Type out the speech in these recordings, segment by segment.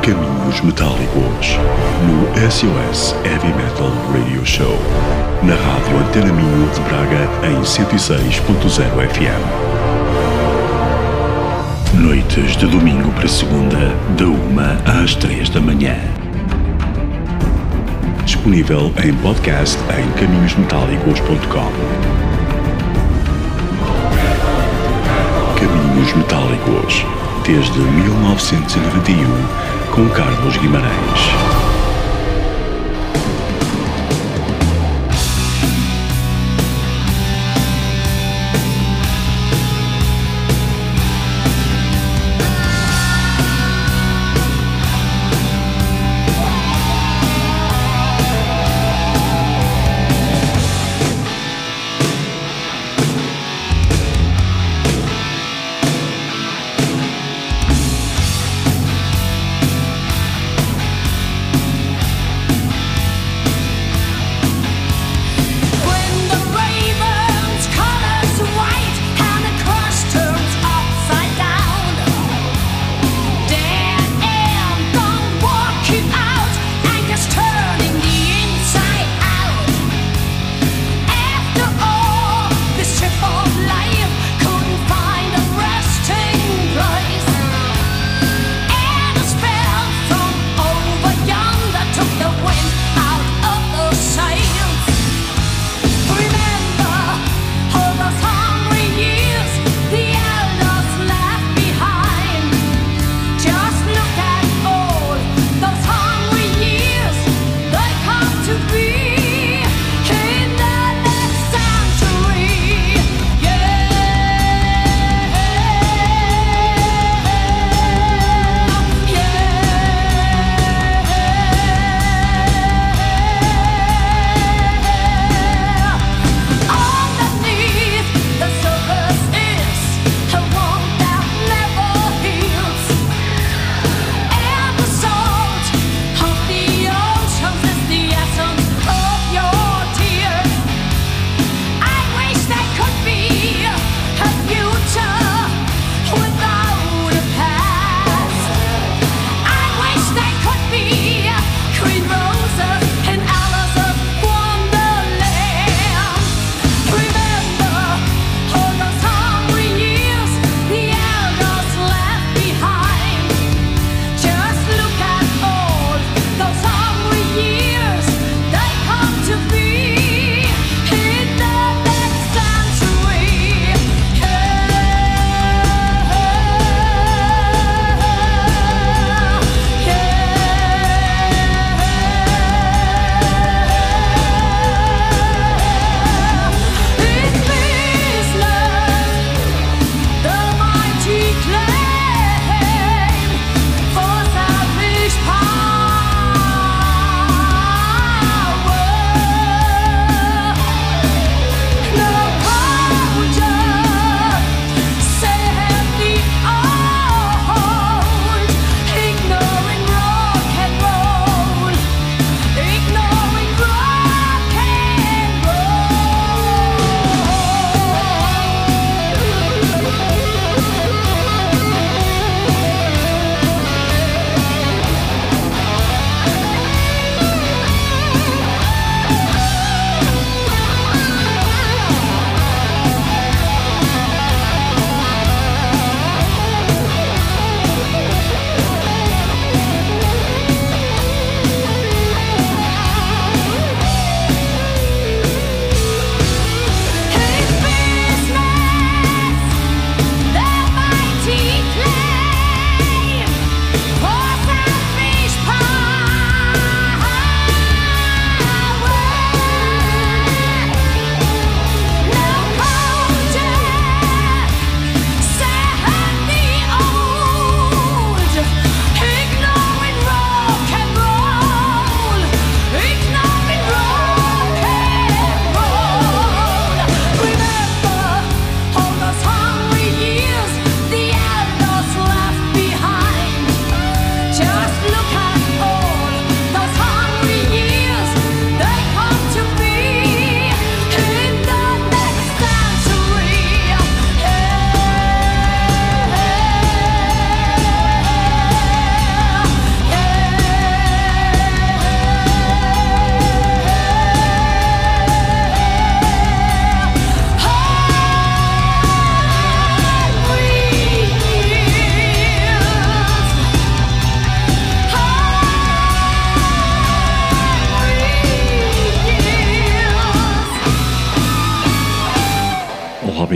Caminhos Metálicos, no SOS Heavy Metal Radio Show, na Rádio Antena Minho de Braga em 106.0 FM. Noites de domingo para segunda, da 1 às 3 da manhã. Disponível em podcast em caminhosmetálicos.com. Caminhos Metálicos, desde 1991, com Carlos Guimarães.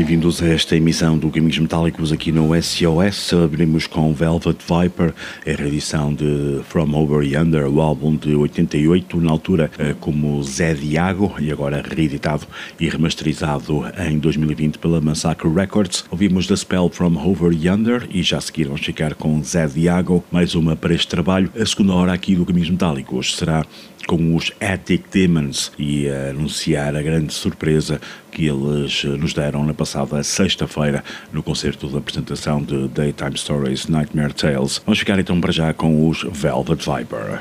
bem-vindos a esta emissão do Caminhos Metálicos aqui no SOS. Abrimos com Velvet Viper, a reedição de From Over Yonder, o álbum de 88, na altura como Zé Diago, e agora reeditado e remasterizado em 2020 pela Massacre Records. Ouvimos The Spell From Over Yonder e já seguiram ficar com Zé Diago, mais uma para este trabalho. A segunda hora aqui do Caminhos Metálicos será com os Attic Demons e a anunciar a grande surpresa que eles nos deram na passada sexta-feira no concerto de apresentação de Daytime Stories Nightmare Tales. Vamos ficar então para já com os Velvet Viper.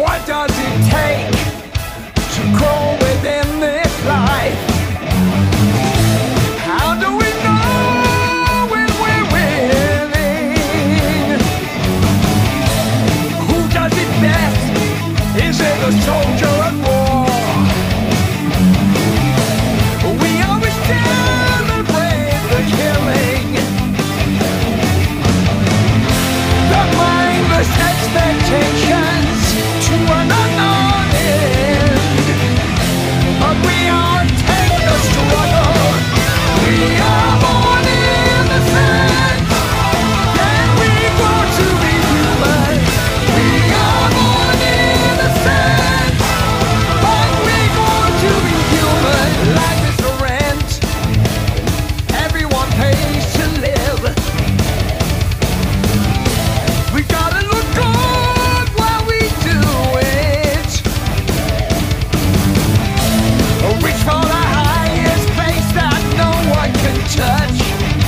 What does it take to grow within this life? How do we know when we're winning? Who does it best? Is it a soldier at war? We always celebrate the killing, the mindless expectations to an unknown end. But we all take the struggle. We are born innocent, then we grow to be human. We are born innocent, but we grow to be human. Life is a rent, everyone pays to live. We gotta look good while we do it. Reach for the highest place that no one can touch.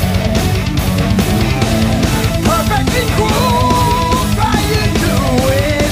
Perfectly cool while you do it.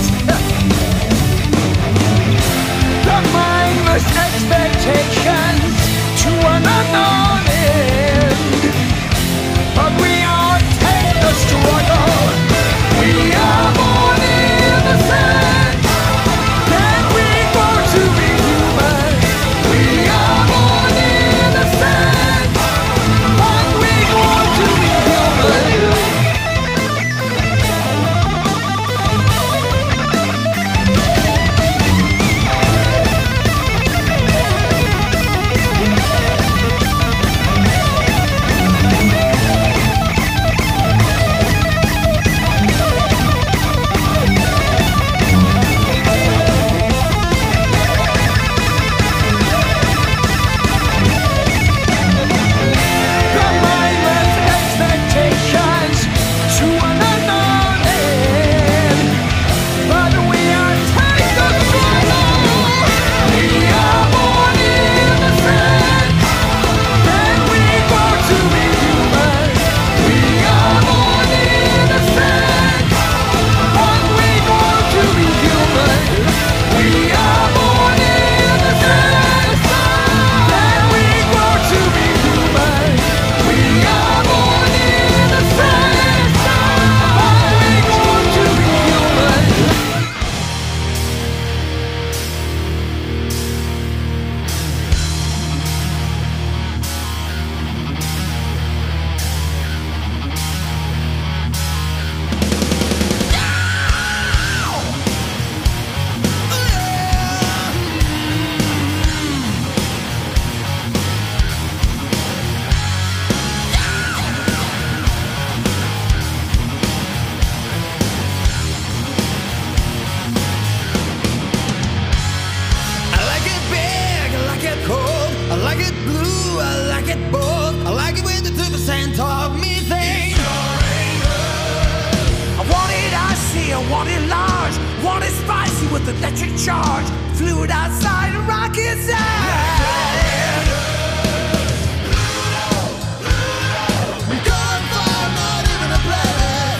The mindless expectations to an unknown end. But we all take the struggle. We are born innocent, then we grow to be human. We are born innocent, but we grow to be human. The mindless expectations to an unknown end. But we are take the struggle. We are born innocent, then we grow to be human. We are born innocent, but we grow to be human. We are born innocent, then we grow to be human. We are born innocent, but we grow to be human. I like it big, I like it cold, I like it blue, I like it bold. I like it with the 2% of methane. I want it icy, I want it large, want it spicy with electric charge. Fluid outside and rock inside. Going far, not even a planet.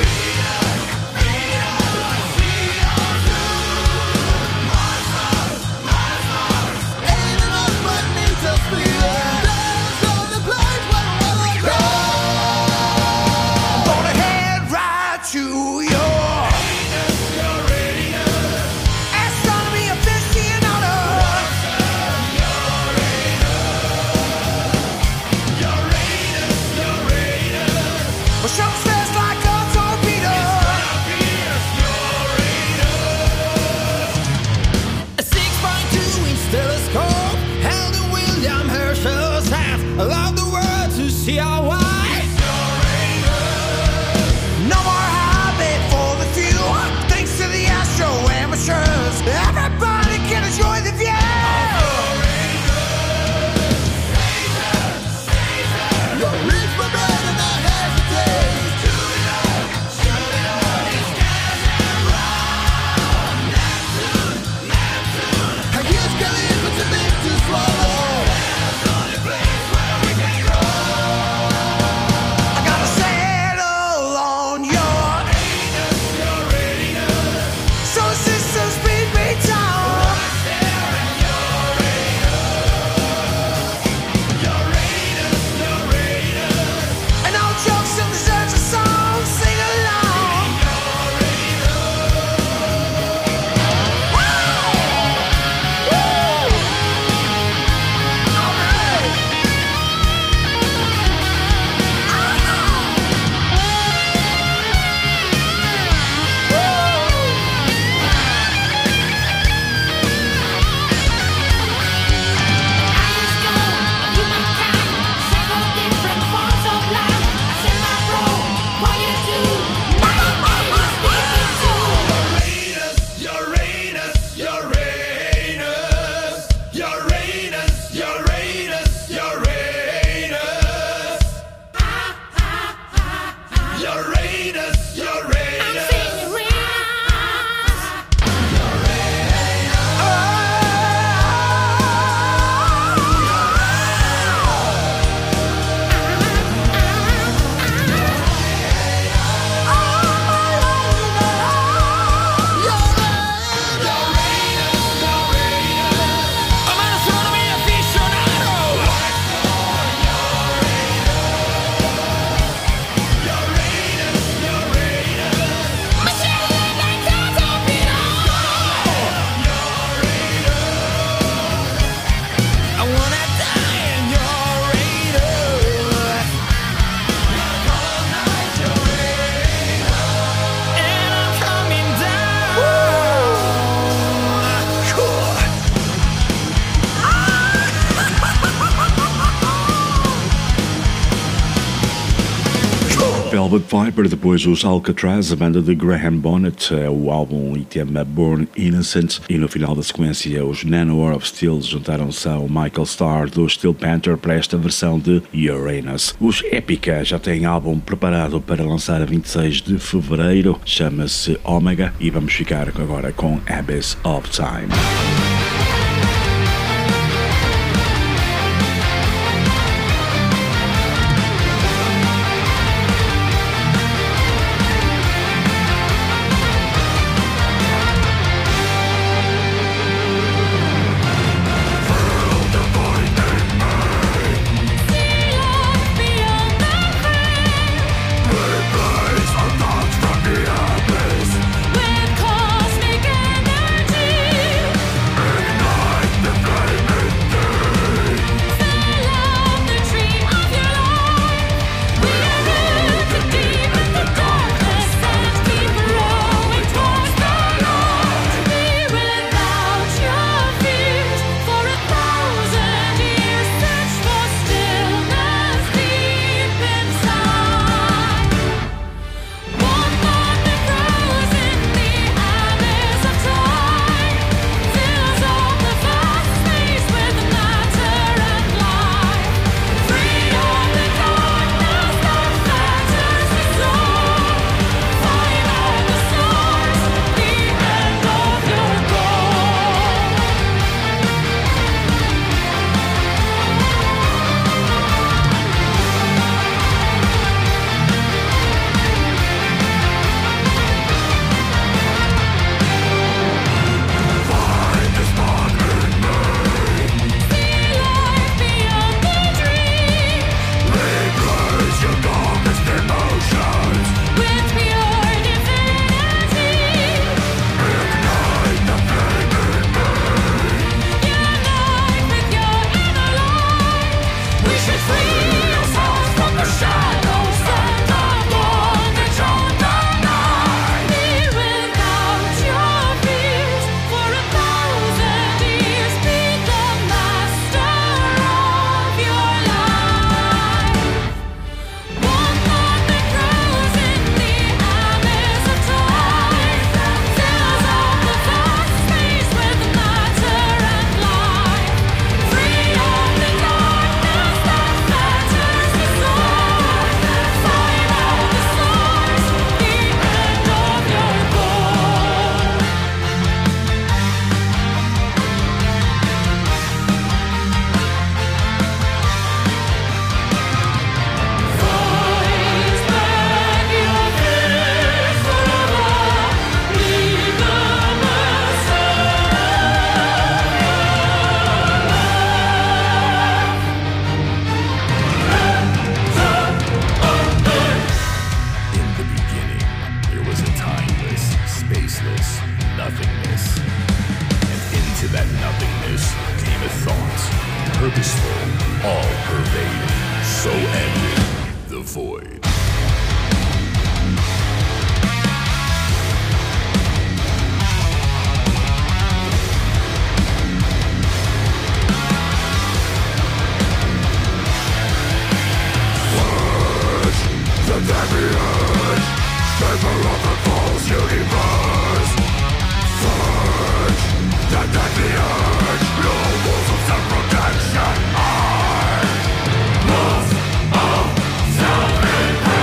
Aiming up but need to feel it. There's no the place where I wanna go. Gonna head right to your astronomy aficionado. Velvet Viper, depois os Alcatraz, a banda de Graham Bonnet, o álbum e tema Born Innocent, e no final da sequência os Manowar of Steel juntaram-se ao Michael Starr do Steel Panther para esta versão de Uranus. Os Epica já têm álbum preparado para lançar a 26 de fevereiro, chama-se Omega, e vamos ficar agora com Abyss of Time. Protection.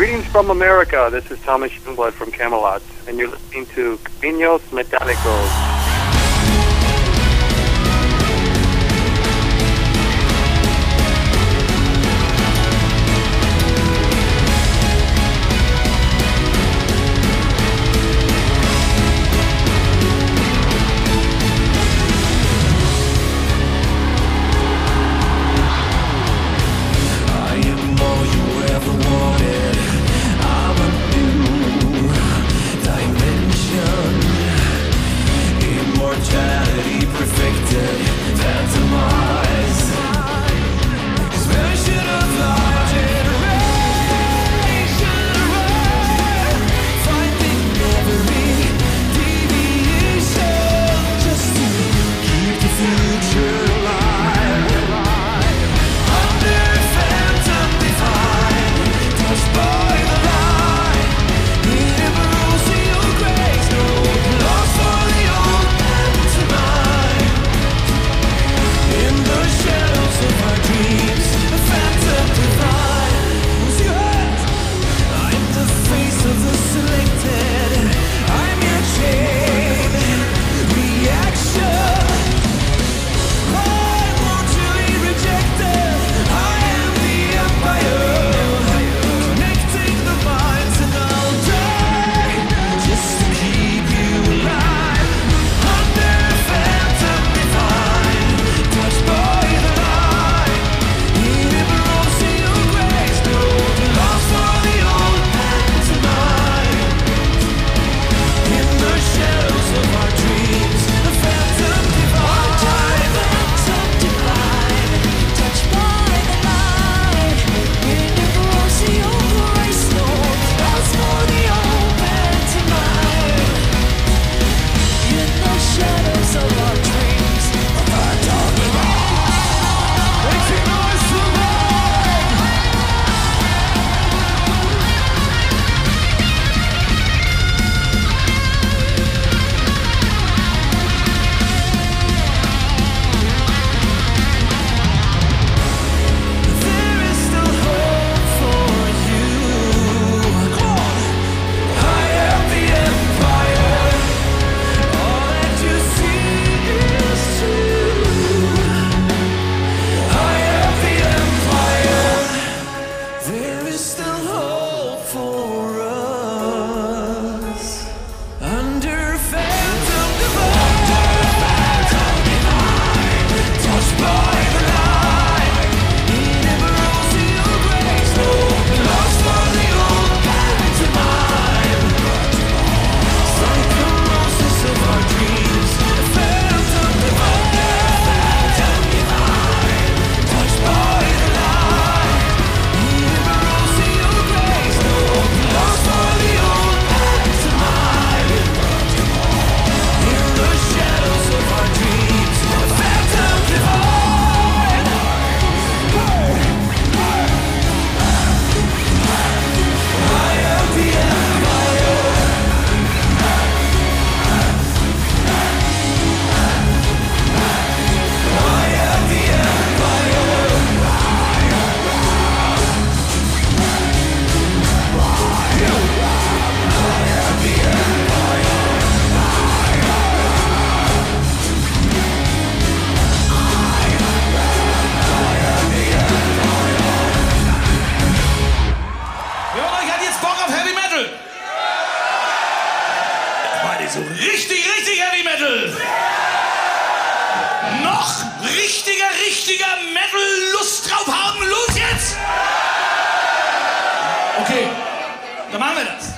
Greetings from America. This is Thomas Youngblood from Camelot, and you're listening to Caminos Metálicos. richtiger Metal Lust drauf haben. Los jetzt! Okay, dann machen wir das.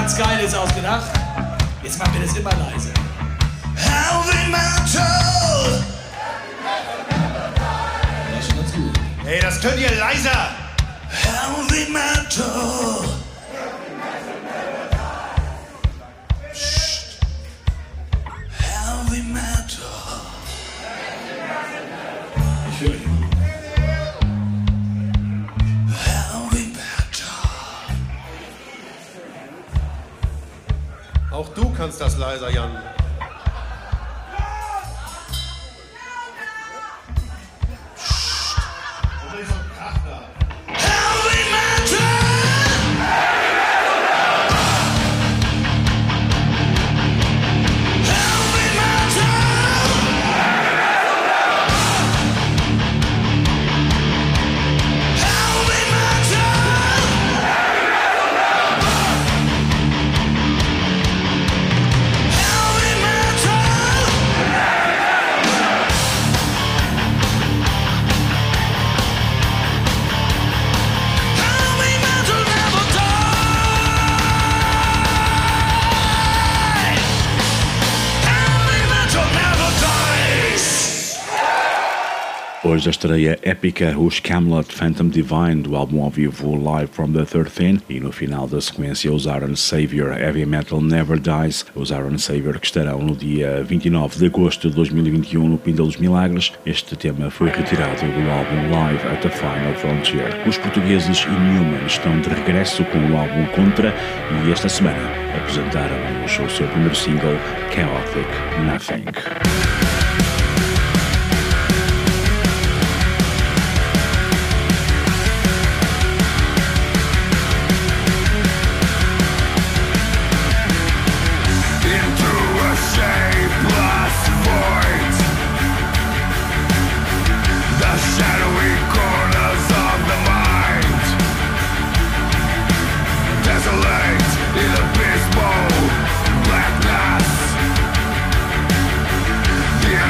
ganz Geiles ausgedacht. Jetzt machen wir das immer leise. Heavy Metal! Das ist schon ganz gut. Hey, das könnt ihr leiser! Heavy Metal! Psst. Heavy Metal! Ich höre ihn. Heavy Metal! Auch du kannst das leiser, Jan. Heavy Metal! Heavy Metal! Heavy Metal! Heavy Metal! Heavy Metal never dies! Heavy Metal never dies! Hoje a estreia épica, os Camelot Phantom Divine, do álbum ao vivo Live from the 13th, e no final da sequência os Iron Savior, Heavy Metal Never Dies, os Iron Savior que estarão no dia 29 de agosto de 2021 no Pinda dos Milagres. Este tema foi retirado do álbum Live at the Final Frontier. Os portugueses Inhuman estão de regresso com o álbum Contra e esta semana apresentaram-nos o seu primeiro single, Chaotic Nothing. Into a shapeless void, the shadowy corners of the mind, desolate in abysmal blackness. The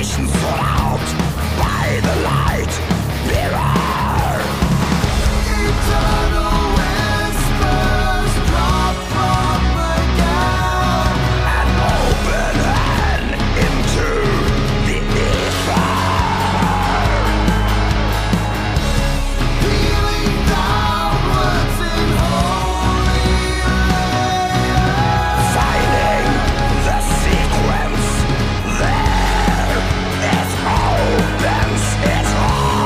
Salvation sought out by the light mirror. Eternal whispers drop from again and open hand into the ether. Peeling downwards in holy layers, finding the sequence there. It opens its heart.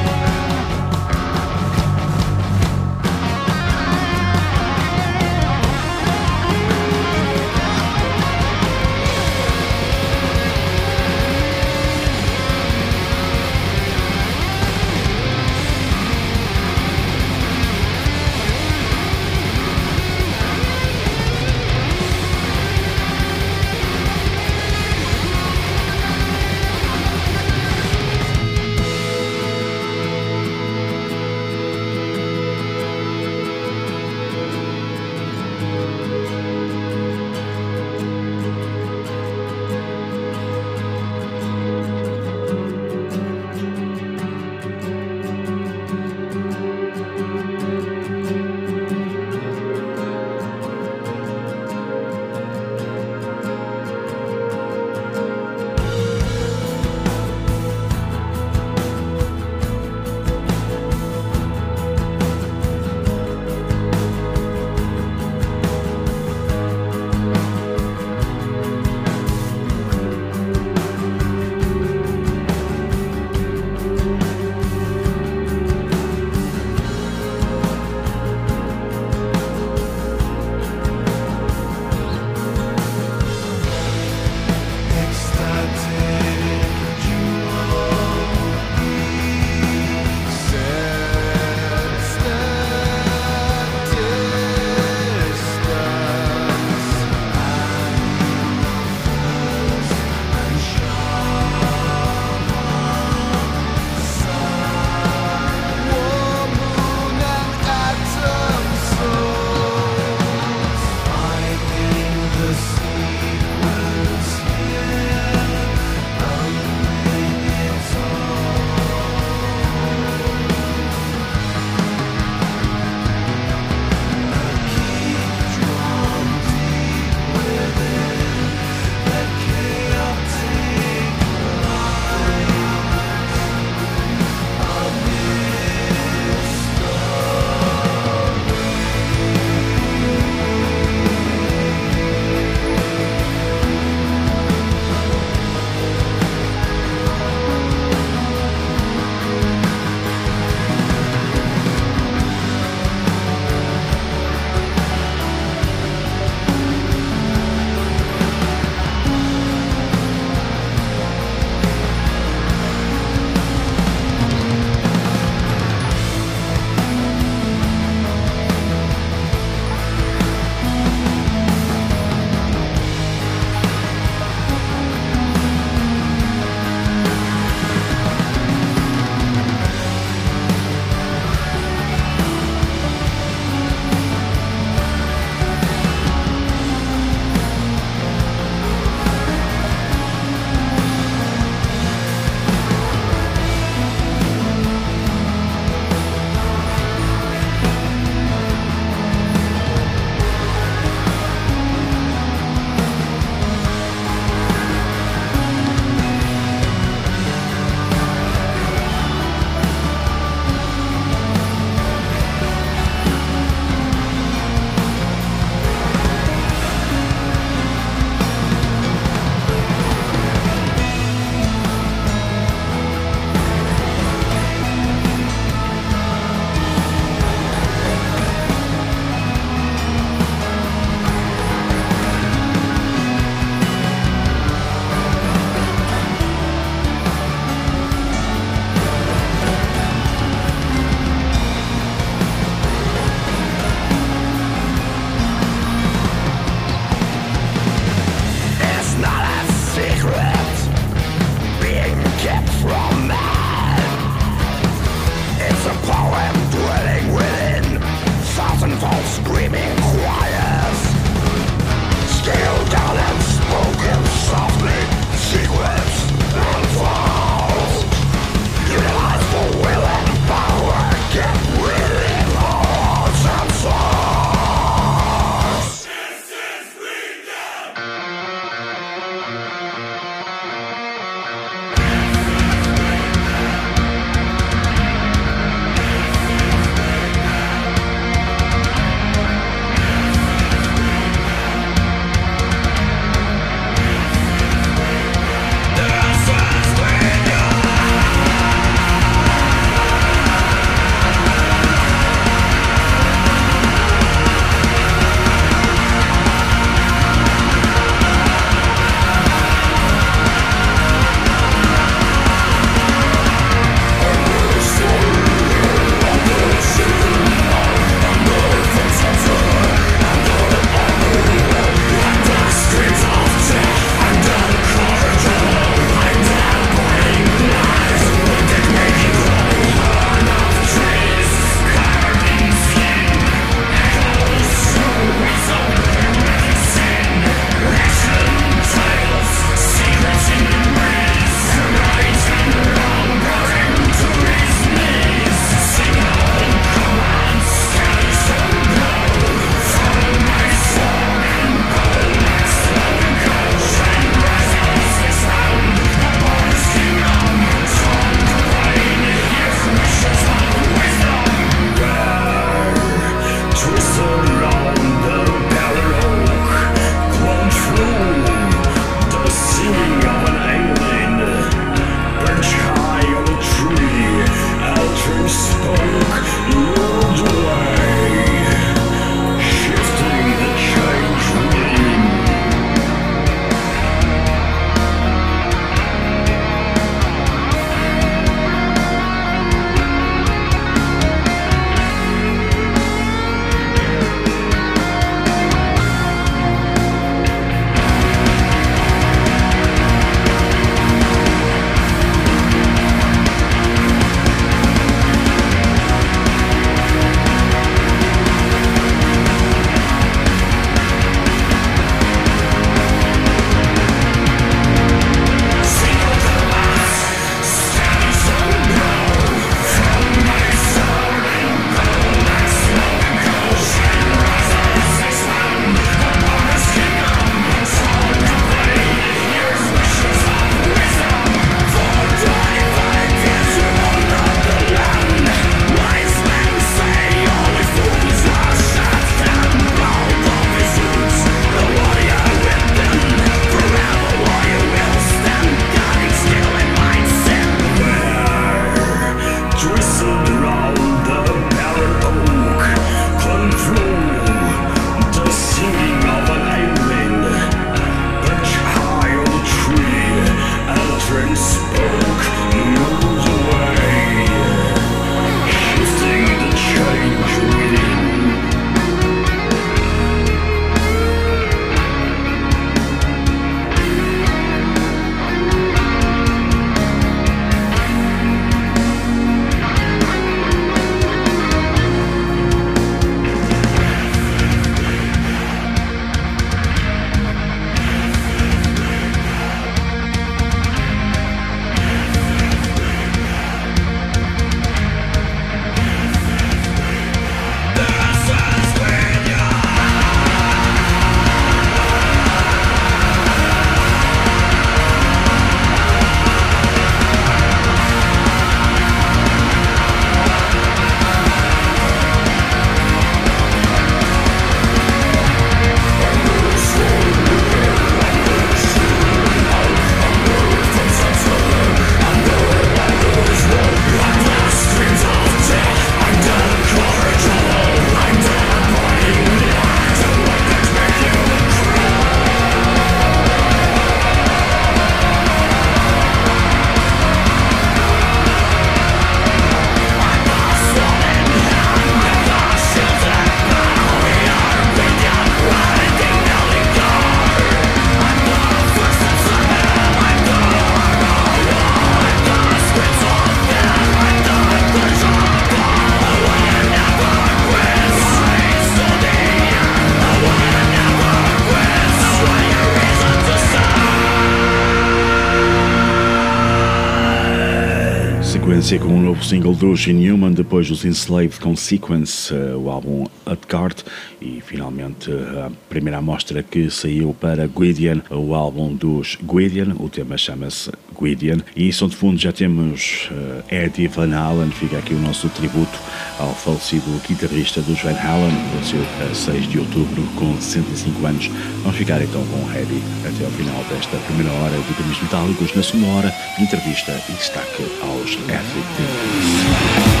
sequência com um novo single dos Inhuman, depois os Enslaved com Sequence, o álbum Utgard, e finalmente a primeira amostra que saiu para Gwydion, o álbum dos Gwydion, o tema chama-se Gwydion, e som de fundo já temos Eddie Van Halen. Fica aqui o nosso tributo ao falecido guitarrista dos Van Halen, faleceu a 6 de outubro com 65 anos. Vamos ficar então com o Eddie até ao final desta primeira hora de Caminhos Metálicos. Na segunda hora, entrevista e destaque aos Acid Diggers.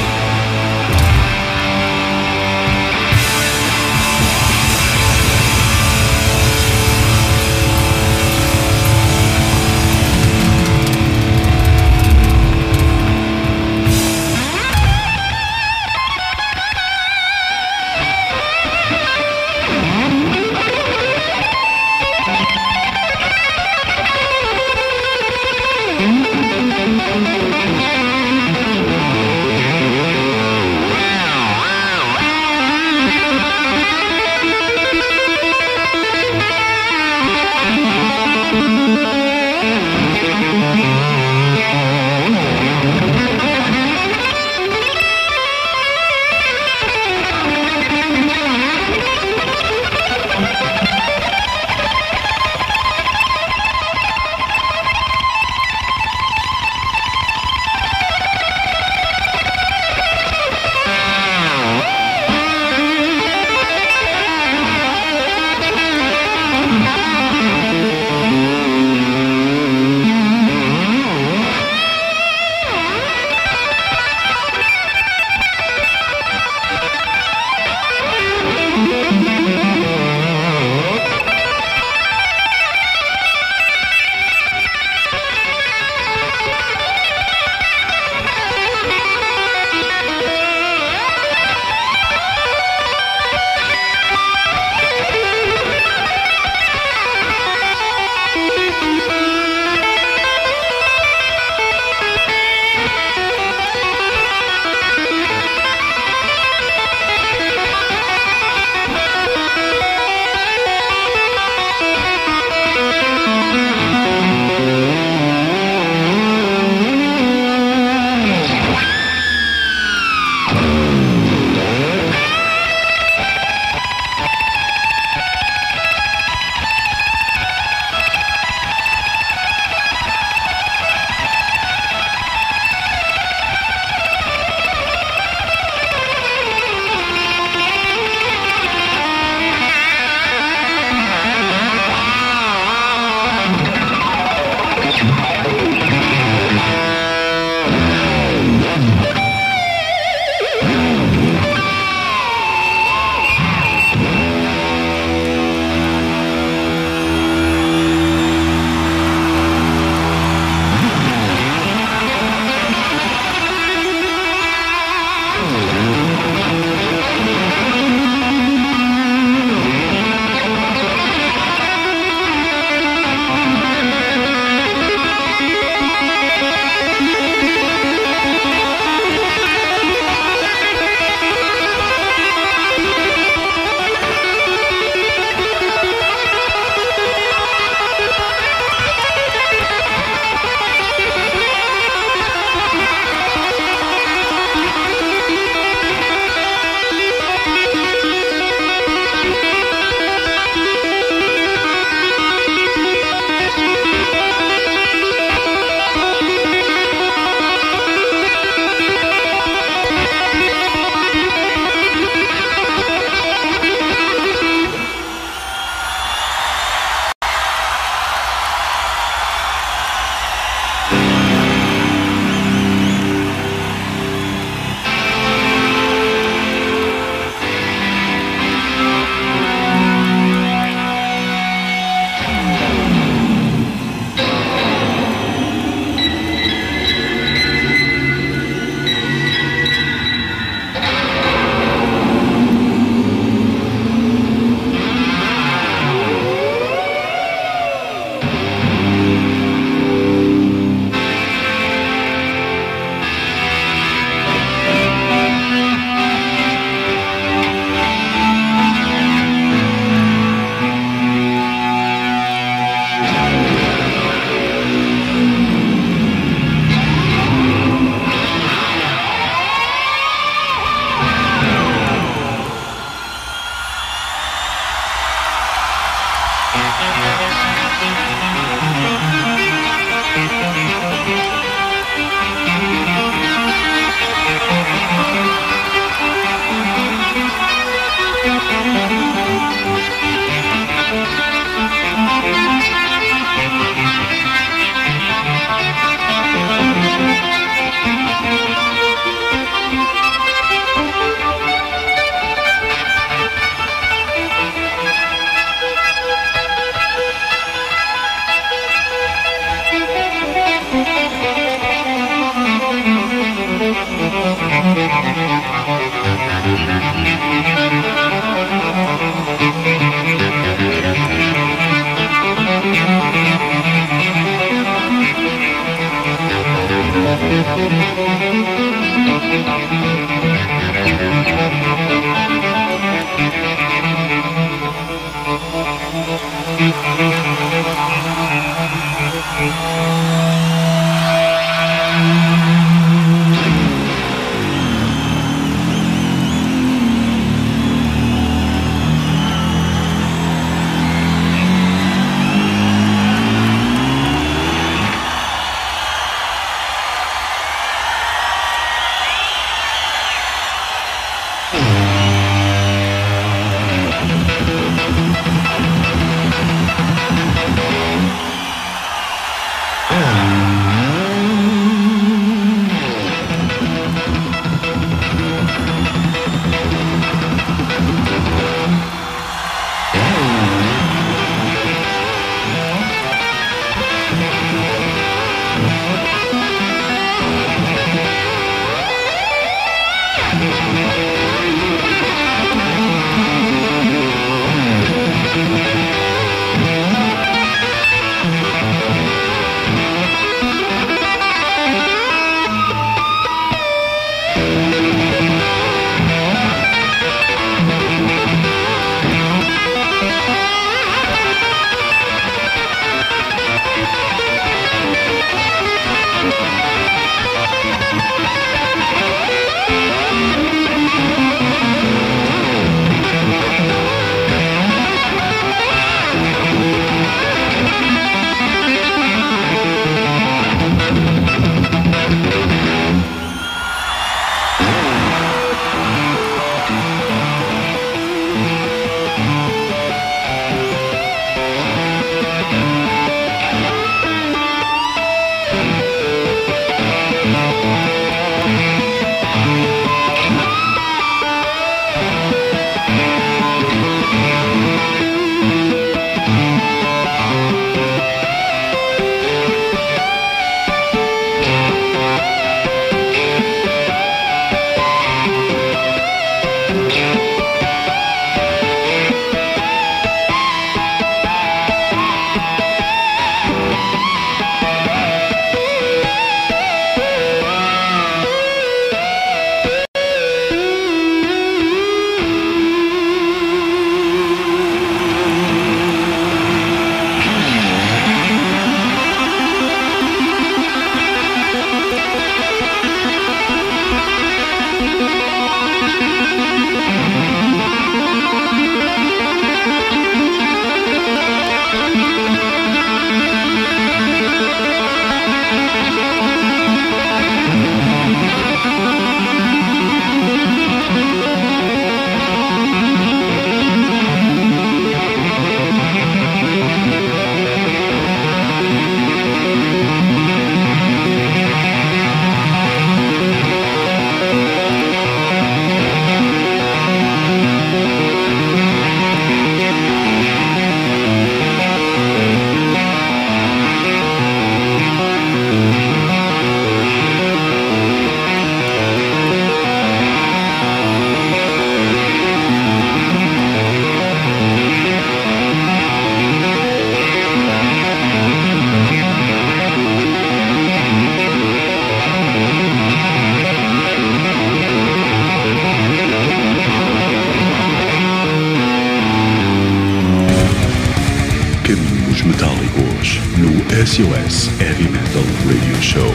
SOS Heavy Metal Radio Show.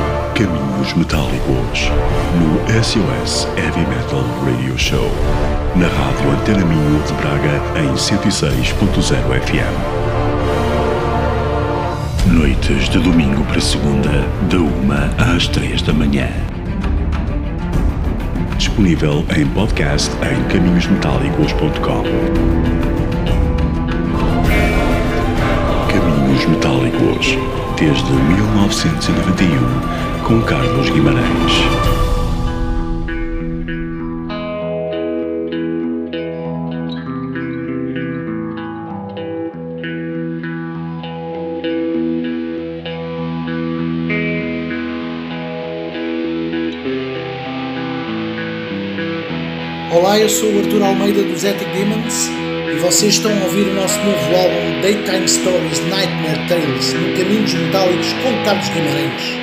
Caminhos Metálicos no SOS Heavy Metal Radio Show. na Rádio Antena Minho de Braga em 106.0 FM. Noites de domingo para segunda, da 1 às 3 da manhã. Disponível em podcast em caminhosmetálicos.com. Caminhos Metálicos, desde 1991, com Carlos Guimarães. Olá, eu sou o Arthur Almeida dos Ethic Demons e vocês estão a ouvir o nosso novo álbum Daytime Stories Nightmare Tales no Caminhos Metálicos com Carlos Guimarães.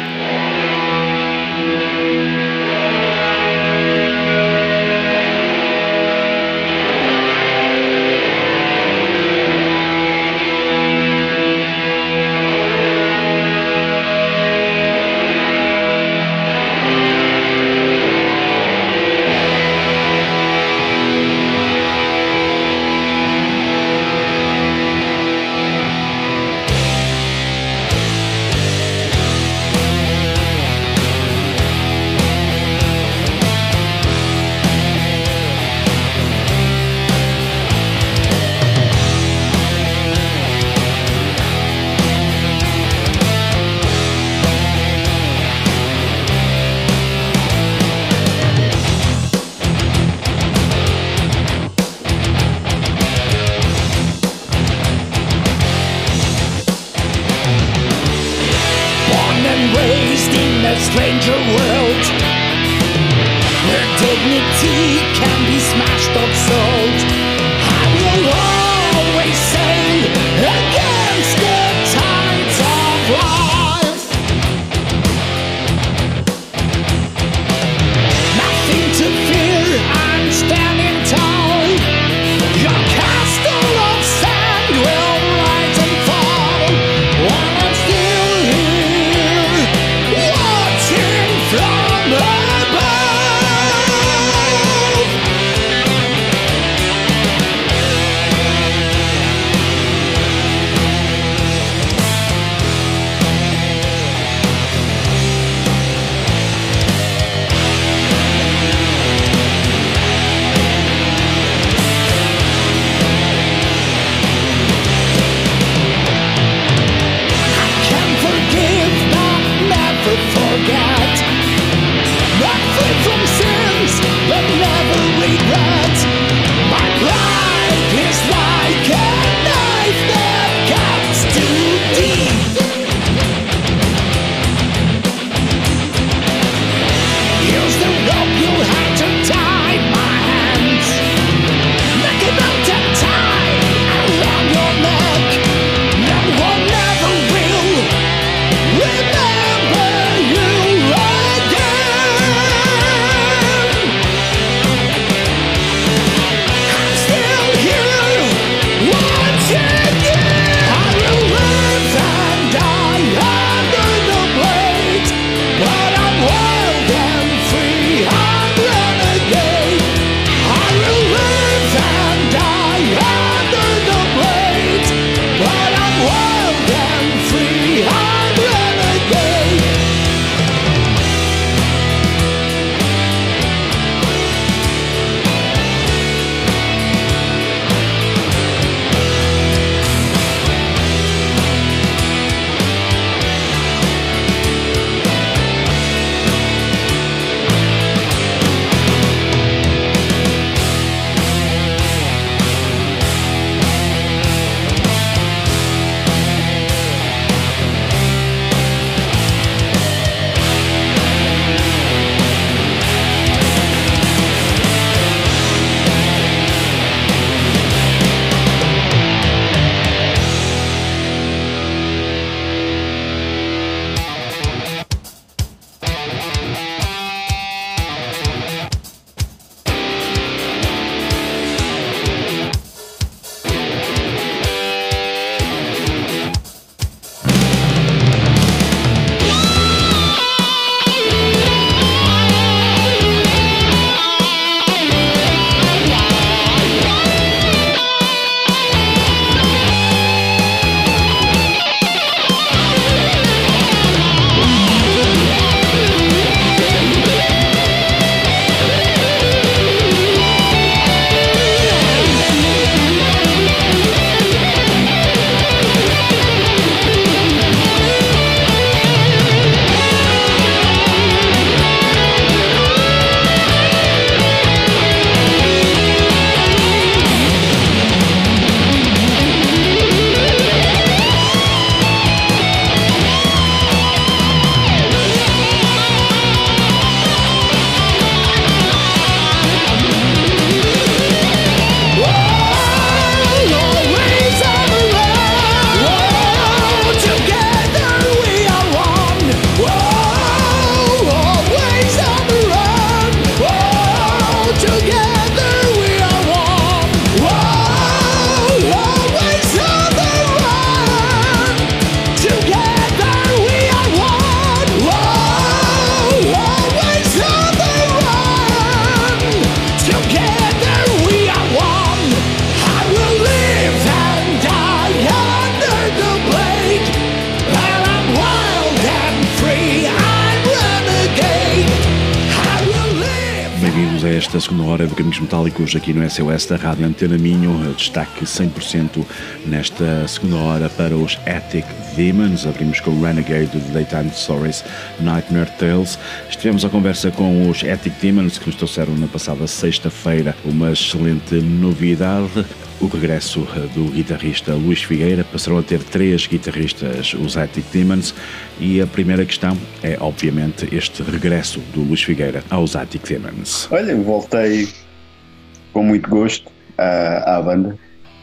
nesta segunda hora do Caminhos Metálicos aqui no SOS da Rádio Antena Minho. Destaque 100% nesta segunda hora para os Attic Demons. Abrimos com o Renegade de Daytime Stories Nightmare Tales. Estivemos à conversa com os Attic Demons, que nos trouxeram na passada sexta-feira uma excelente novidade: o regresso do guitarrista Luís Figueira. Passaram a ter 3 guitarristas, os Attic Demons, e a primeira questão é, obviamente, este regresso do Luís Figueira aos Attic Demons. Olha, eu voltei com muito gosto à banda.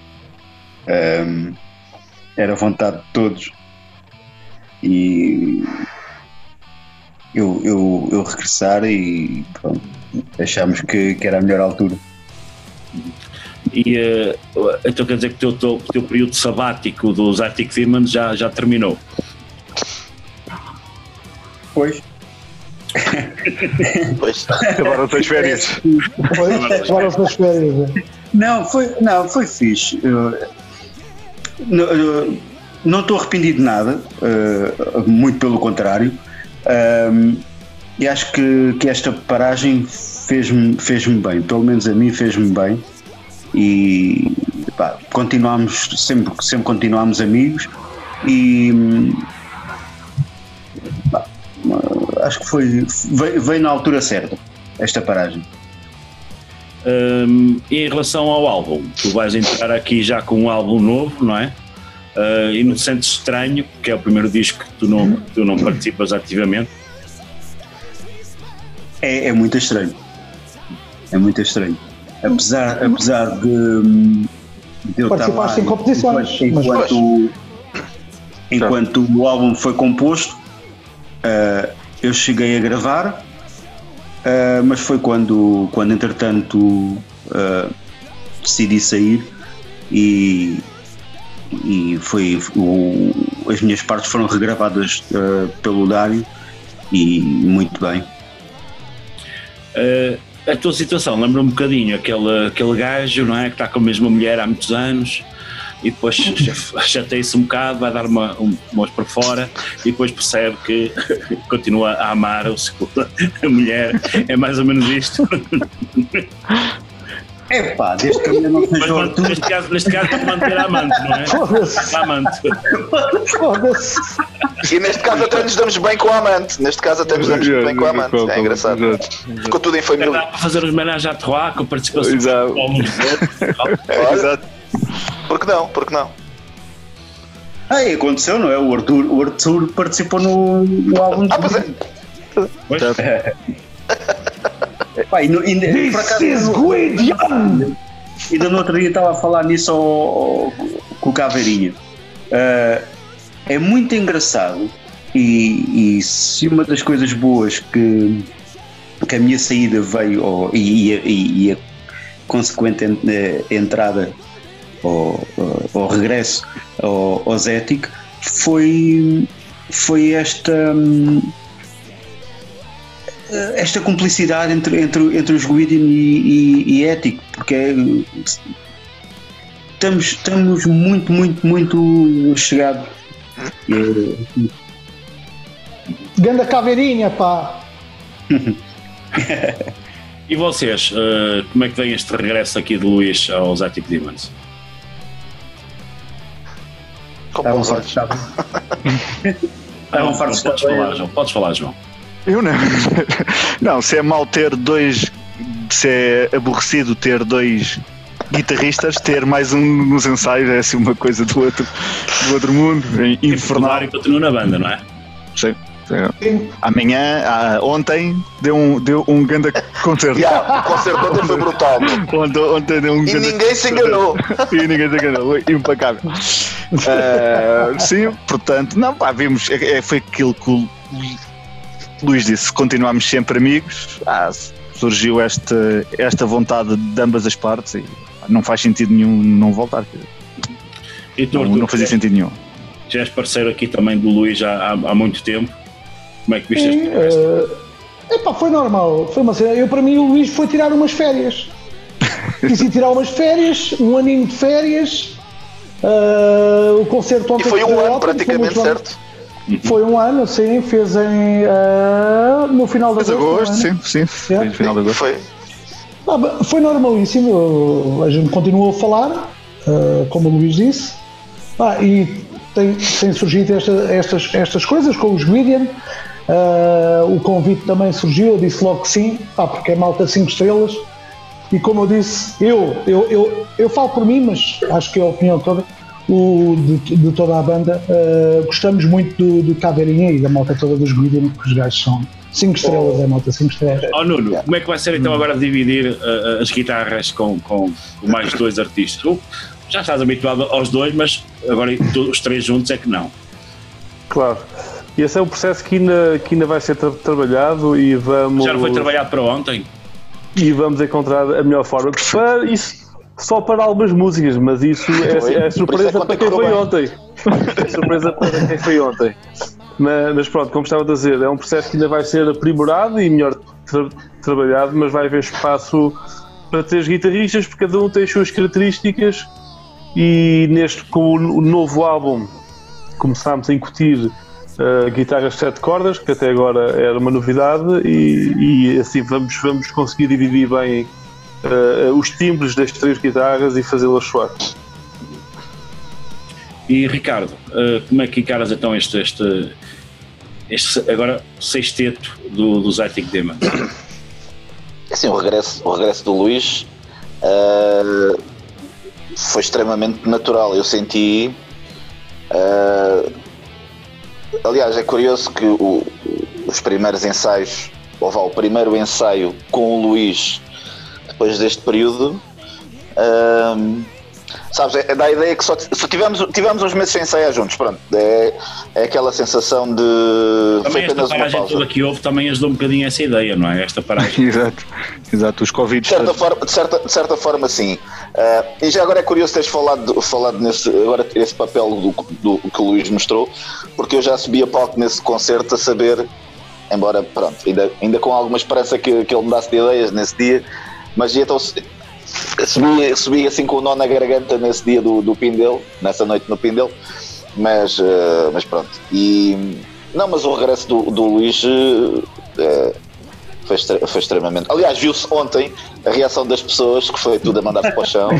Era vontade de todos e eu regressar, e pronto, achámos que era a melhor altura. E então quer dizer que o teu período sabático dos Attic Demons já terminou? Pois. Agora tens férias. Agora tens férias. Não, foi fixe. Não estou arrependido de nada, muito pelo contrário. E acho que esta paragem fez-me bem, pelo menos a mim fez-me bem. E pá, sempre continuámos amigos, e pá, acho que veio na altura certa esta paragem. E em relação ao álbum, tu vais entrar aqui já com um álbum novo, não é? E não te sentes estranho, porque é o primeiro disco que tu não participas ativamente? É muito estranho. É muito estranho. Apesar de eu participaste em competições, enquanto o álbum foi composto, eu cheguei a gravar, mas foi quando entretanto decidi sair, e as minhas partes foram regravadas pelo Dário, e muito bem. A tua situação lembra um bocadinho aquele gajo, não é, que está com a mesma mulher há muitos anos e depois chateia-se um bocado, vai dar umas para fora e depois percebe que continua a amar a mulher. É mais ou menos isto. É pá, desde que a mulher não seja Arthur. Neste caso para manter a amante, não é? A amante. E neste caso até nos damos bem com a amante. É engraçado. Ficou tudo em família. Dá para fazer os homenagens à Trois com participação. Exato. Por que não? Aconteceu, não é? O Arthur participou no álbum. Pois é. Pá, por acaso, ainda no outro dia estava a falar nisso com o Caveirinha. É muito engraçado, e se uma das coisas boas que a minha saída veio, e a consequente entrada ou regresso aos Attic, foi esta cumplicidade entre os Guidin e Attic, porque estamos muito chegados. Ganda Caveirinha, pá. E vocês, como é que vem este regresso aqui de Luís aos Attic Demons? Estavam fartos. Podes falar, João. Eu não. Não, se é mau ter dois, se é aborrecido ter dois guitarristas, ter mais um nos ensaios é assim uma coisa do outro mundo. Infernal. E continua na banda, não é? Sim. Ontem deu um grande concerto. O concerto ontem foi brutal. Ontem deu e ninguém se enganou. Impecável. Sim, portanto, não, pá, vimos, foi aquilo que o Luís disse, continuámos sempre amigos. Surgiu esta vontade de ambas as partes e não faz sentido nenhum não voltar. E tu, não fazia sentido nenhum. Já és parceiro aqui também do Luís há muito tempo. Como é que viste este regresso? Foi normal. Foi uma cena. Para mim, o Luís foi tirar umas férias. Quis ir tirar umas férias, um aninho de férias. O concerto ontem. E foi um ano, praticamente, certo? Foi um ano, sim. Fez no final de agosto. Sim. Foi no final de agosto. Foi normalíssimo, a gente continuou a falar, como o Luís disse, e tem surgido estas coisas com os Gideon. O convite também surgiu, eu disse logo que sim, porque é malta 5 estrelas, e como eu disse, eu falo por mim, mas acho que é a opinião toda de toda a banda. Gostamos muito do Caveirinha e da malta toda dos Gideon, porque os gajos são 5 estrelas, é malta 5 estrelas. Nuno, como é que vai ser então agora dividir as guitarras com mais 2 artistas? Já estás habituado aos 2, mas agora os 3 juntos é que não. Claro. E esse é um processo que ainda vai ser trabalhado e vamos... Já não foi trabalhado para ontem? E vamos encontrar a melhor forma. Só para algumas músicas, mas isso é surpresa para quem foi ontem. É surpresa para quem foi ontem. Mas pronto, como estava a dizer, é um processo que ainda vai ser aprimorado e melhor trabalhado, mas vai haver espaço para 3 guitarristas, porque cada um tem as suas características, e com o novo álbum começámos a incutir guitarras 7 cordas, que até agora era uma novidade, e assim vamos conseguir dividir bem os timbres das 3 guitarras e fazê-las soar. E Ricardo, como é que encaras então este agora sexteto do Zytic Demons? Assim, o regresso do Luís foi extremamente natural. Eu senti... aliás, é curioso que os primeiros ensaios, o primeiro ensaio com o Luís depois deste período, sabes, dá a ideia que só tivemos uns meses sem ensaiar juntos, pronto, é aquela sensação de... Também foi apenas esta paragem toda que houve também ajudou um bocadinho essa ideia, não é? Esta paragem. Exato, os Covid. De certa forma sim. E já agora é curioso teres falado esse papel do que o Luís mostrou, porque eu já subi a palco nesse concerto a saber, embora pronto, ainda com alguma esperança que ele me dasse de ideias nesse dia, mas então subi assim com o nó na garganta nesse dia do Pindel, nessa noite no Pindel, mas pronto. Mas o regresso do Luís foi extremamente... Aliás, viu-se ontem a reação das pessoas, que foi tudo a mandar-se para o chão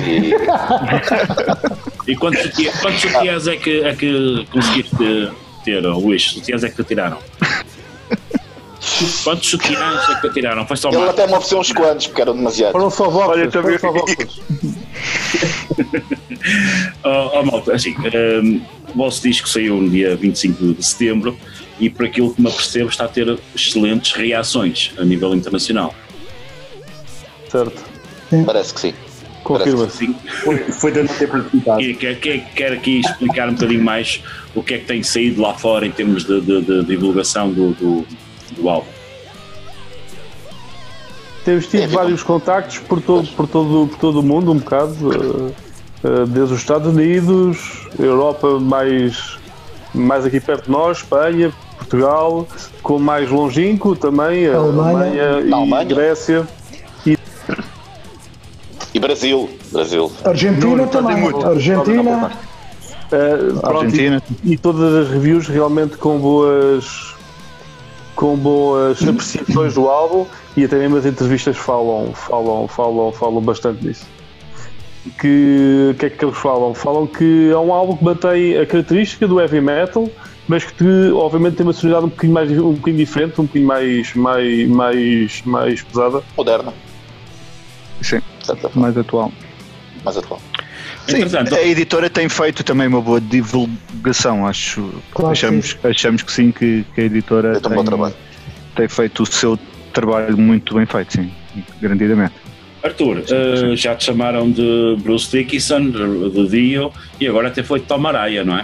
E quantos sutiãs é que conseguiste ter, Luís? Sutiãs é que te tiraram? Quantos sutiãs é que te tiraram? Foi só ele até me ofereceu uns quantos, porque eram demasiados. Foram só votos. Malta, assim, o vosso disco saiu no dia 25 de setembro e, por aquilo que me apercebo, está a ter excelentes reações a nível internacional. Certo. Parece que sim. Confirma-se. Foi de não ter participado. Quer aqui explicar um bocadinho mais o que é que tem saído lá fora em termos de divulgação do álbum? Temos tido vários contactos por todo o mundo, um bocado, desde os Estados Unidos, Europa mais aqui perto de nós, Espanha, Portugal, com mais longínquo também, Alemanha e Grécia. E Brasil. Argentina também. Argentina. E todas as reviews realmente com boas apreciações do álbum, e até mesmo as entrevistas falam bastante disso. O que é que eles falam? Falam que é um álbum que mantém a característica do heavy metal, mas que obviamente tem uma sonoridade um bocadinho diferente, um bocadinho mais pesada. Moderna. Sim, mais atual. Sim, a editora tem feito também uma boa divulgação, acho. Claro, achamos que sim, que a editora tem feito o seu trabalho muito bem feito, sim, garantidamente. Arthur, já te chamaram de Bruce Dickinson, de Dio, e agora até foi de Tom Araya, não é?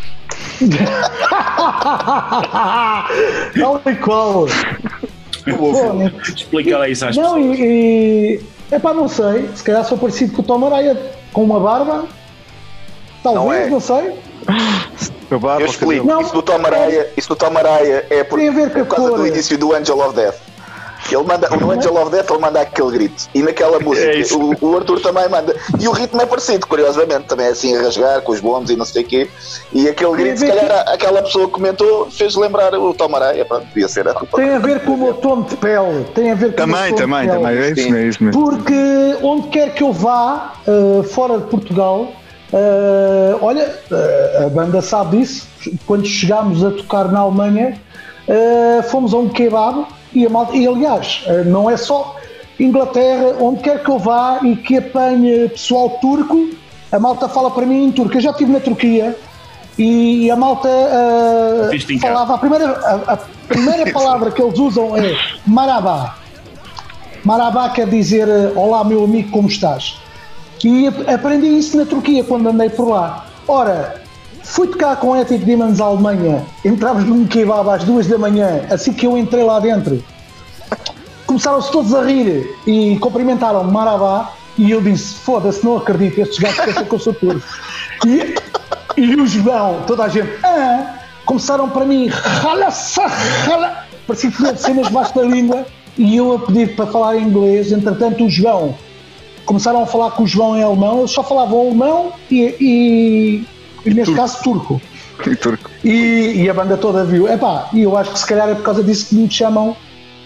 Tal e qual. Explica lá isso às pessoas. Não sei, se calhar sou parecido com o Tom Araya, com uma barba, talvez, não sei. Eu explico, isso do Tom Araya é por causa do início do Angel of Death. Ele manda, no Angel of Death ele manda aquele grito. E naquela música o Arthur também manda. E o ritmo é parecido, curiosamente, também é assim a rasgar com os bombos e não sei o quê. E aquele grito, se calhar aquela pessoa que comentou fez lembrar o Tom Araya, pronto, devia ser. Tem a ver com o meu tom de pele. Tem a ver com também, é isso mesmo. Porque onde quer que eu vá, fora de Portugal, olha, a banda sabe disso. Quando chegámos a tocar na Alemanha, fomos a um kebab e a malta, e aliás, não é só Inglaterra, onde quer que eu vá e que apanhe pessoal turco, a malta fala para mim em turco. Eu já estive na Turquia e a malta falava, a primeira palavra que eles usam é marabá. Marabá quer dizer olá meu amigo, como estás? E aprendi isso na Turquia quando andei por lá. Ora, fui tocar com Ethic Demons à Alemanha, entrávamos num kebab às 2 da manhã, assim que eu entrei lá dentro, começaram-se todos a rir e cumprimentaram Marabá, e eu disse, foda-se, não acredito, estes gajos pensam que eu sou turco. E o João, toda a gente, começaram para mim, parecia que tinha cenas debaixo da língua, e eu a pedir para falar em inglês. Entretanto o João, começaram a falar com o João em alemão, eles só falavam alemão e neste caso turco. E a banda toda viu. E eu acho que se calhar é por causa disso que me chamam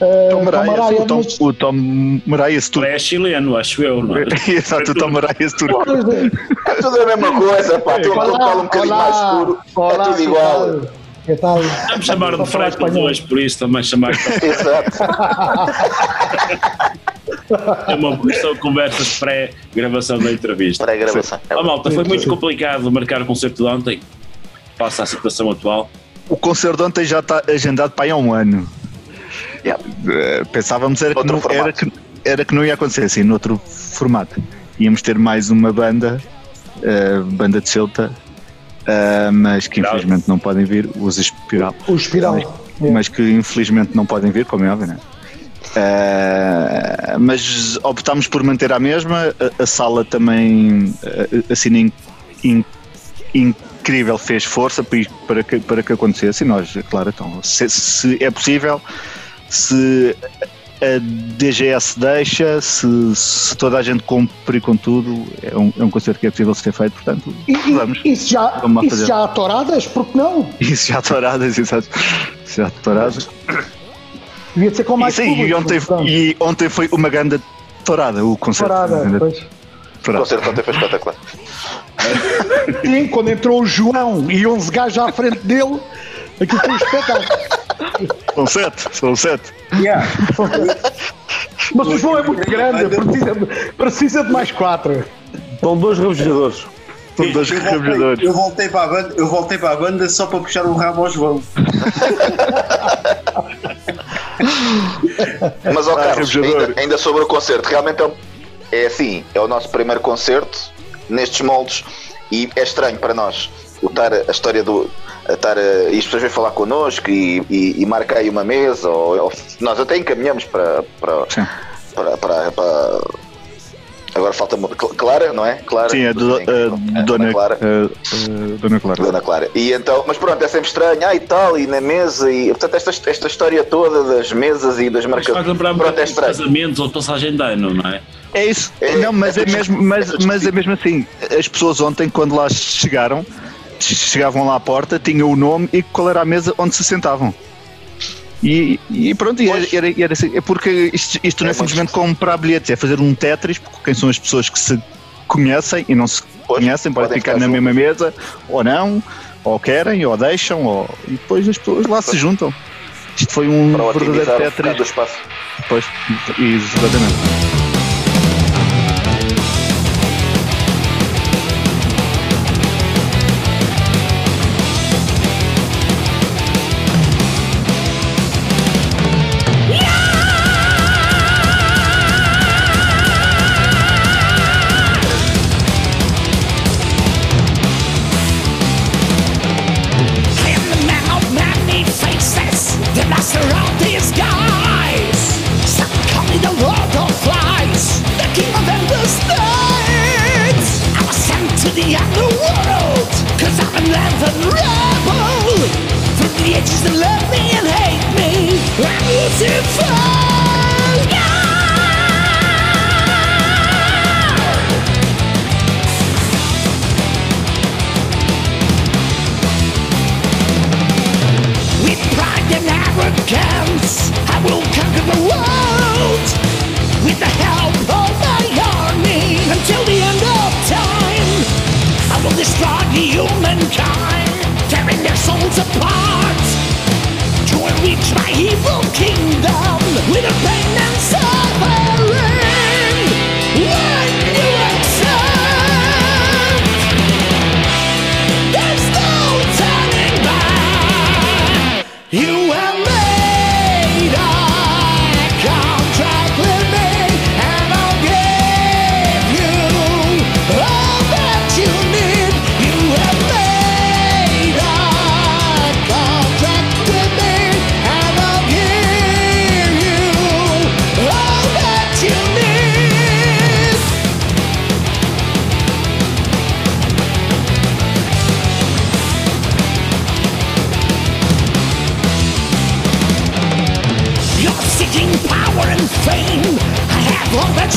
o Tom Maraias turco. É chileno, acho eu, não é? Exato, o Tom Maraias turco. É tudo a mesma coisa, pá. Tu fala um bocadinho mais escuro, é tudo igual. Vamos chamar de Freire para dois, por isso também chamar. Exato. É uma questão de conversas pré-gravação da entrevista. Pré-gravação. Malta, foi muito complicado marcar o concerto de ontem. Passa a situação atual. O concerto de ontem já está agendado para aí há um ano. Pensávamos era que não ia acontecer assim, noutro formato. Íamos ter mais uma banda de Ceuta, mas que infelizmente não podem vir, os Espiral. Mas que infelizmente não podem vir, como é óbvio, né? Mas optámos por manter a mesma. A sala também, assim, incrível, fez força para que acontecesse. E nós, claro, então, se é possível, se a DGS deixa, se toda a gente cumprir com tudo, é um concerto que é possível ser feito, portanto, vamos. Isso já há touradas, porque não? Isso já há touradas, exato. Já há touradas. Devia ser com mais público, e ontem foi uma grande tourada, o concerto. O concerto ontem foi espetacular. Sim, quando entrou o João e 11 gajos à frente dele, aquilo foi um espetáculo. São sete. Mas o João é muito grande, precisa de mais 4. São 2 rebujadores. Eu voltei para a banda só para puxar o rabo ao João. Mas Carlos, ainda sobre o concerto, realmente é assim, é o nosso primeiro concerto nestes moldes e é estranho para nós estar a história do e as pessoas vêm falar connosco e marcar aí uma mesa ou nós até encaminhamos para agora falta Clara, não é? Clara. Sim, Dona Clara. Dona Clara. E então, mas pronto, é sempre estranho, e tal, e na mesa, e portanto esta história toda das mesas e das marcações. Pronto, é estranho. Casamentos ou passagem de ano, não é? É isso. Não, mas é mesmo assim. As pessoas ontem, quando lá chegavam lá à porta, tinham o nome e qual era a mesa onde se sentavam. E pronto, era assim, é porque isto não é simplesmente comprar bilhetes, é fazer um Tetris, porque quem são as pessoas que se conhecem e não se conhecem, podem ficar na mesma mesa, ou não, ou querem, ou deixam, e depois as pessoas lá se juntam. Isto foi um verdadeiro Tetris. Pois, exatamente. From the edges that love me and hate me, I'm Lucifer.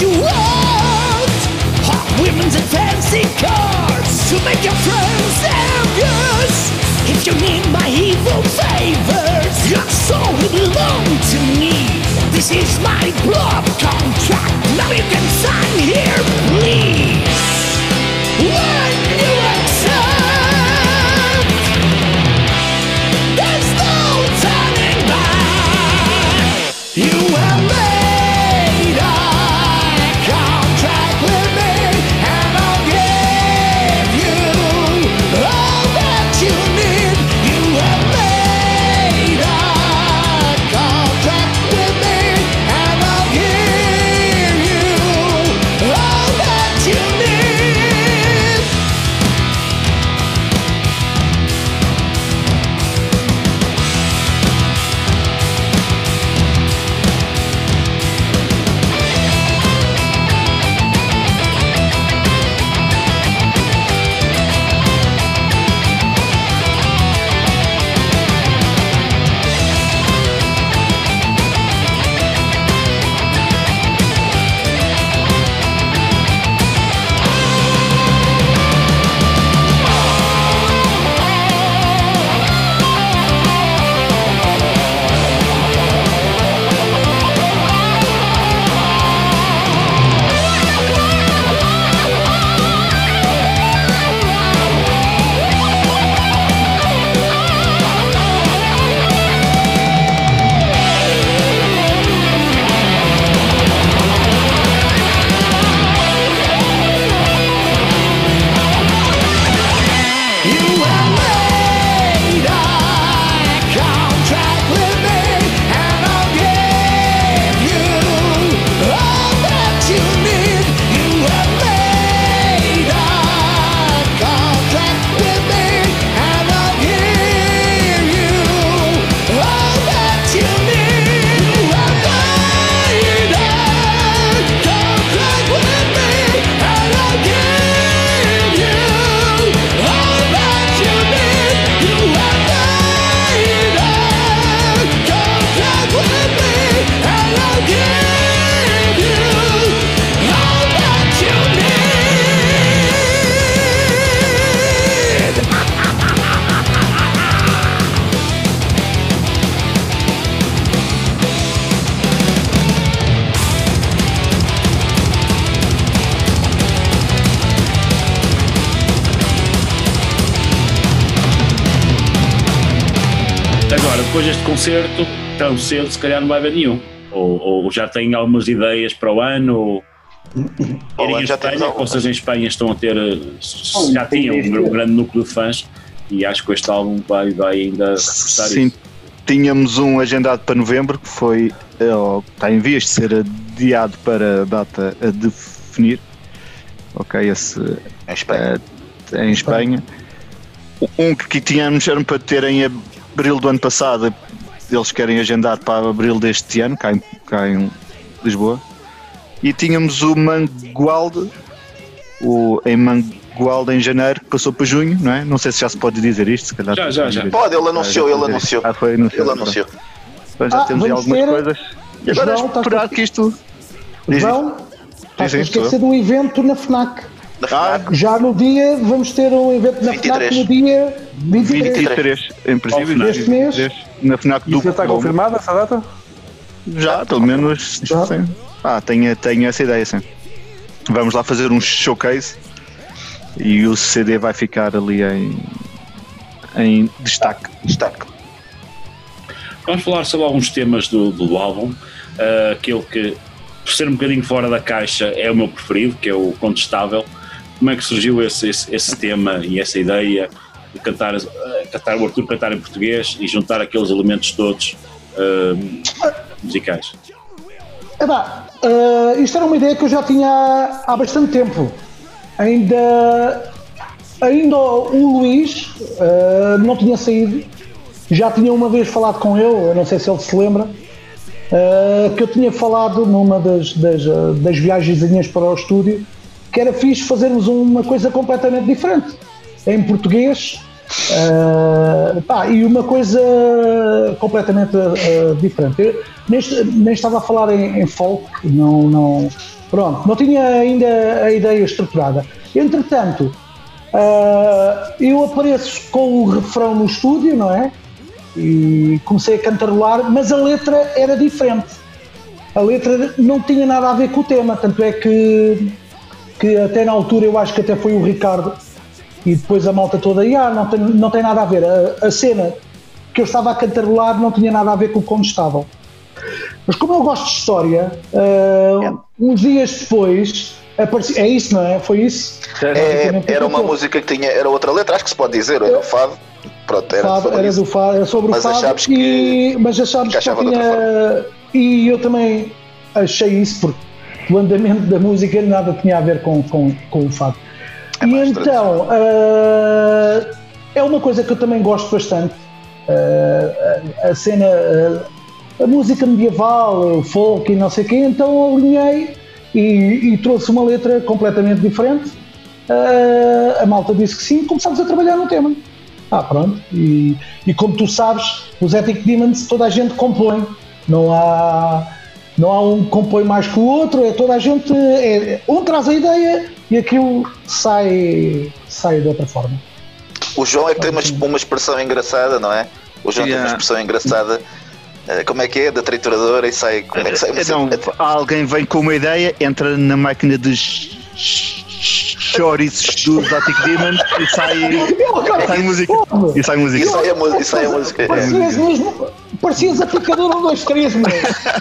you want. Hot women's and fancy cars to make your friends envious. If you need my evil favors, your soul will belong to me. This is my blood contract. Now you can sign here, please. When you accept, there's no turning back. You have made a contract with me, and I'll give you all that you need. You have made a contract with me, and I'll give you all that you need. Agora, depois deste concerto, tão cedo, se calhar não vai haver nenhum. Ou já têm algumas ideias para o ano, ou irem em Espanha, ou vocês em Espanha estão a ter, já tinham um grande núcleo de fãs, e acho que este álbum vai ainda reforçar isso. Sim, tínhamos um agendado para novembro, que foi, está em vias de ser adiado para a data a definir. Ok, esse em Espanha. Um que tínhamos era para ter em abril do ano passado, eles querem agendar para abril deste ano, cá em Lisboa. E tínhamos o Mangualde, em Mangualde em janeiro, que passou para junho, não é? Não sei se já se pode dizer isto, se calhar. Já. Pode, ele anunciou. Foi anunciado. Ele anunciou. Então já temos aí algumas coisas. E agora é esperar que isto... João, estás a esquecer do evento na FNAC. Já no dia, vamos ter um evento na 23. FNAC no dia 23. Em princípio, deste mês. Na FNAC do já está confirmada essa data? Já, pelo menos. Já. Sim. Tenho essa ideia, sim. Vamos lá fazer um showcase e o CD vai ficar ali em destaque. Vamos falar sobre alguns temas do álbum. Aquele que, por ser um bocadinho fora da caixa, é o meu preferido, que é o Contestável. Como é que surgiu esse tema e essa ideia de cantar o Arthur cantar em português e juntar aqueles elementos todos musicais? Isto era uma ideia que eu já tinha há bastante tempo. Ainda o Luís não tinha saído. Já tinha uma vez falado com ele, eu não sei se ele se lembra, que eu tinha falado numa das viagenzinhas para o estúdio, que era fixe fazermos uma coisa completamente diferente, em português, E uma coisa completamente diferente. Eu nem estava a falar em folk, não tinha ainda a ideia estruturada. Entretanto, eu apareço com o refrão no estúdio, não é? E comecei a cantarolar, mas a letra era diferente. A letra não tinha nada a ver com o tema, tanto é que até na altura eu acho que até foi o Ricardo e depois a malta toda, não tem nada a ver. A cena que eu estava a cantarolar não tinha nada a ver com o como estavam. Mas como eu gosto de história, uns dias depois apareci, é isso, não é? Foi isso? Era uma música que tinha, era outra letra, acho que se pode dizer, era o Fado. Pronto, era do Fado, era sobre o Fado, mas achámos que tinha, e eu também achei isso porque o andamento da música nada tinha a ver com o Fado. E então é uma coisa que eu também gosto bastante, a cena, a música medieval, o folk e não sei o quê, então alinhei e trouxe uma letra completamente diferente. A malta disse que sim, começámos a trabalhar no tema. Pronto, e como tu sabes, os Ethic Demons toda a gente compõe, não há um que compõe mais que o outro, é toda a gente, um traz a ideia e aquilo sai de outra forma. O João é que tem uma expressão engraçada, não é? O João tem uma expressão engraçada, como é que é? Da trituradora e sai, como é que sai? Não, alguém vem com uma ideia, entra na máquina dos chouriços dos Attic Demons e sai música. E sai a música. Parecias aplicador 1, 2, 3, meu.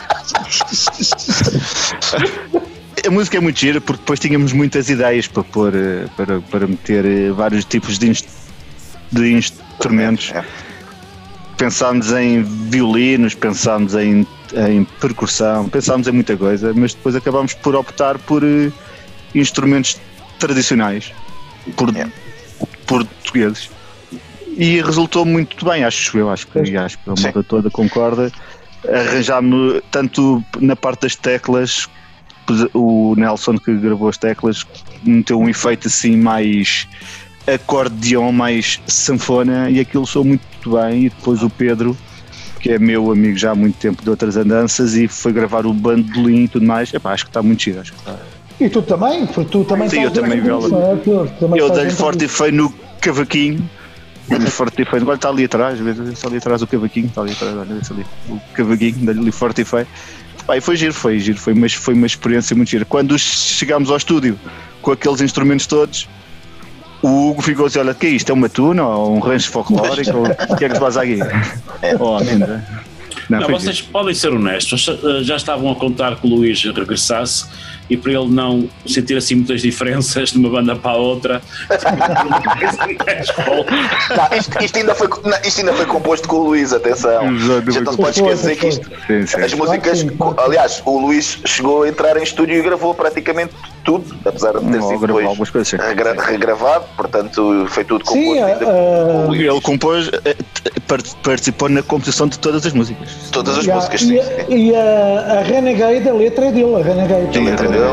A música é muito gira porque depois tínhamos muitas ideias para pôr, para meter vários tipos de instrumentos. Pensámos em violinos, pensámos em percussão, pensámos em muita coisa, mas depois acabámos por optar por instrumentos tradicionais portugueses e resultou muito bem, acho que a malta toda concorda. Arranjámos tanto na parte das teclas, o Nelson que gravou as teclas meteu um efeito assim mais acordeão, mais sanfona, e aquilo soou muito bem. E depois o Pedro, que é meu amigo já há muito tempo de outras andanças, e foi gravar o bandolim e tudo mais. Acho que está muito chido, acho que está. E tu também? Porque tu também. Sim, eu também vi ela. Eu dei-lhe forte e feio no cavaquinho. Forte e feio. Agora está ali atrás, está ali atrás o cavaquinho. Está ali atrás, olha ali. O cavaquinho, dei-lhe forte e feio. E foi giro. Foi uma experiência muito gira. Quando chegámos ao estúdio com aqueles instrumentos todos, o Hugo ficou assim: olha, que é isto? É uma tuna ou um rancho folclórico? Ou o que é que se passa aqui? Não, vocês podem ser honestos, já estavam a contar que o Luís regressasse, e para ele não sentir assim muitas diferenças de uma banda para a outra. Isto ainda foi composto com o Luís, atenção. A gente não se pode esquecer que isto, as músicas, aliás, o Luís chegou a entrar em estúdio e gravou praticamente tudo, apesar de ter sido depois regravado, portanto foi tudo composto. Ele compôs, participou na composição de todas as músicas. Todas as músicas, sim. E a Renegade, a letra é dele, a Renegade. A letra é dele.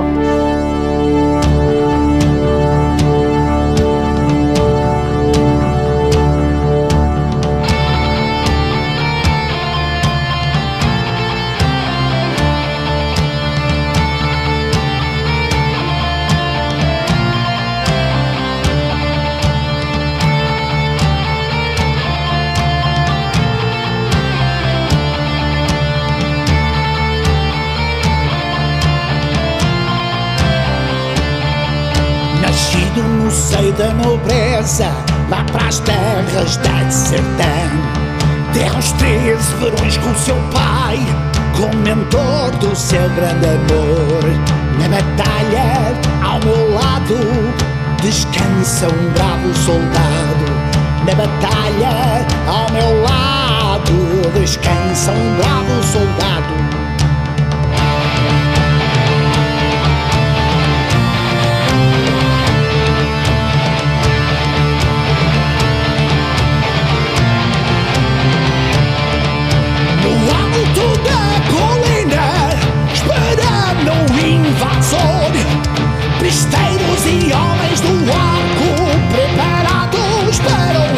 Da nobreza, lá para as terras da sertão, terra os 13 verões com seu pai, como mentor do seu grande amor. Na batalha, ao meu lado, descansa um bravo soldado. Na batalha, ao meu lado, descansa um bravo soldado. Presteiros e homens do arco preparados para o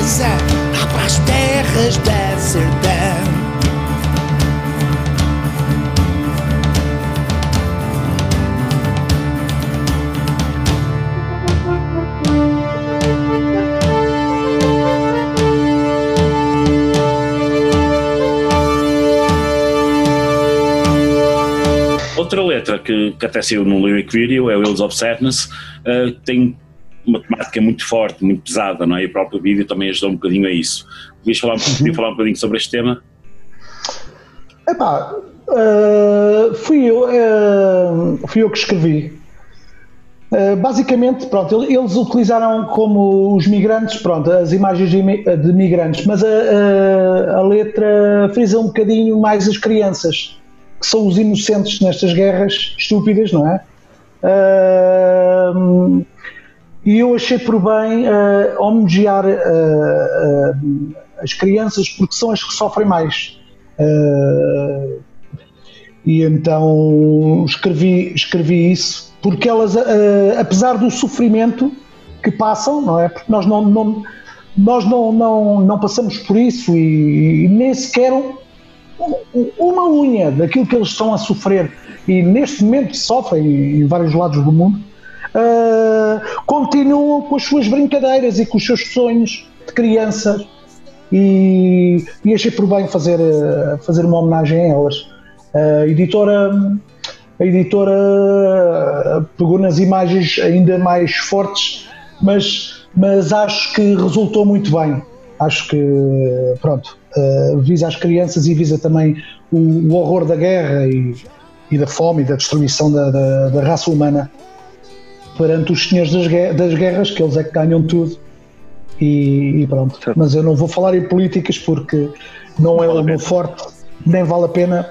brisa lá para as terras da sertão. Outra letra que até saiu no lyric video é o Wheels of Sadness, tem uma temática muito forte, muito pesada, não é? E o próprio vídeo também ajudou um bocadinho a isso. Podias falar um bocadinho sobre este tema? Epá, fui eu que escrevi. Basicamente, pronto, eles utilizaram como os migrantes, pronto, as imagens de migrantes, mas a letra frisa um bocadinho mais as crianças, que são os inocentes nestas guerras estúpidas, não é? E eu achei por bem homenagear as crianças, porque são as que sofrem mais. E então escrevi isso, porque elas, apesar do sofrimento que passam, não é? Porque nós não passamos por isso e nem sequer uma unha daquilo que eles estão a sofrer, e neste momento sofrem em vários lados do mundo, continuam com as suas brincadeiras e com os seus sonhos de crianças, e achei por bem fazer uma homenagem a elas. A editora pegou nas imagens ainda mais fortes, mas acho que resultou muito bem. Acho que, pronto, visa as crianças e visa também o horror da guerra e da fome e da destruição da raça humana perante os senhores das guerras, que eles é que ganham tudo. E pronto. Mas eu não vou falar em políticas porque não é o meu forte, nem vale a pena,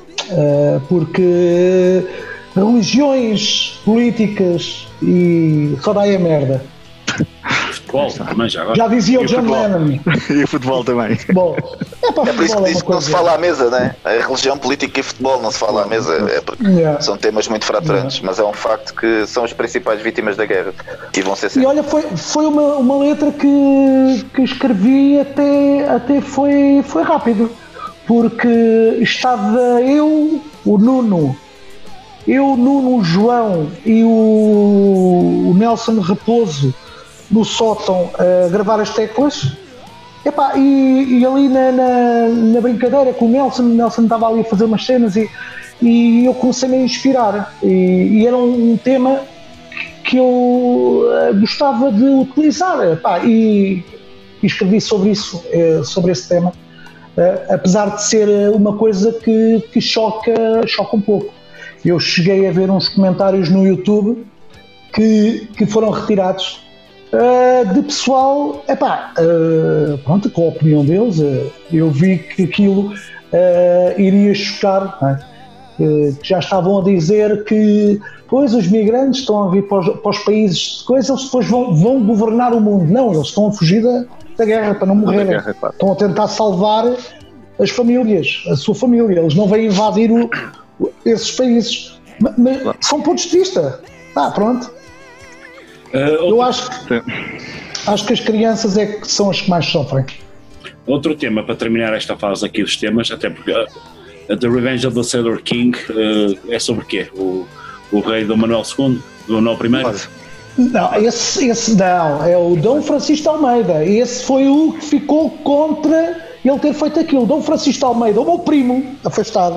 porque religiões, políticas e só dá a merda. Futebol também já dizia o John Lennon. E o futebol também. Bom, é por isso que disse que não se fala à mesa, né? A religião, política e futebol não se fala à mesa, é porque são temas muito fraturantes, mas é um facto que são as principais vítimas da guerra e vão ser sempre. E olha, foi uma letra que escrevi até foi rápido, porque estava eu, o Nuno, o João e o Nelson Raposo no sótão a gravar as teclas. Epá, e ali na brincadeira com o Nelson estava ali a fazer umas cenas e eu comecei-me a inspirar, e era um tema que eu gostava de utilizar, epá, e escrevi sobre isso, sobre esse tema, apesar de ser uma coisa que choca um pouco. Eu cheguei a ver uns comentários no YouTube que foram retirados de pessoal, pronto, com a opinião deles. Eu vi que aquilo iria chocar, não é? Que já estavam a dizer que pois os migrantes estão a vir para os países de coisa, eles depois vão governar o mundo. Não, eles estão a fugir da guerra para não morrerem. Estão a tentar salvar as famílias, a sua família. Eles não vêm invadir esses países. Mas são pontos de vista. Pronto. Eu acho que as crianças é que são as que mais sofrem. Outro tema para terminar esta fase aqui dos temas, até porque The Revenge of the Sailor King é sobre o quê? O rei Dom Manuel II? Dom Manuel I? Não, esse não, é o Dom Francisco de Almeida. Esse foi o que ficou contra ele ter feito aquilo. Dom Francisco de Almeida, o meu primo, afastado.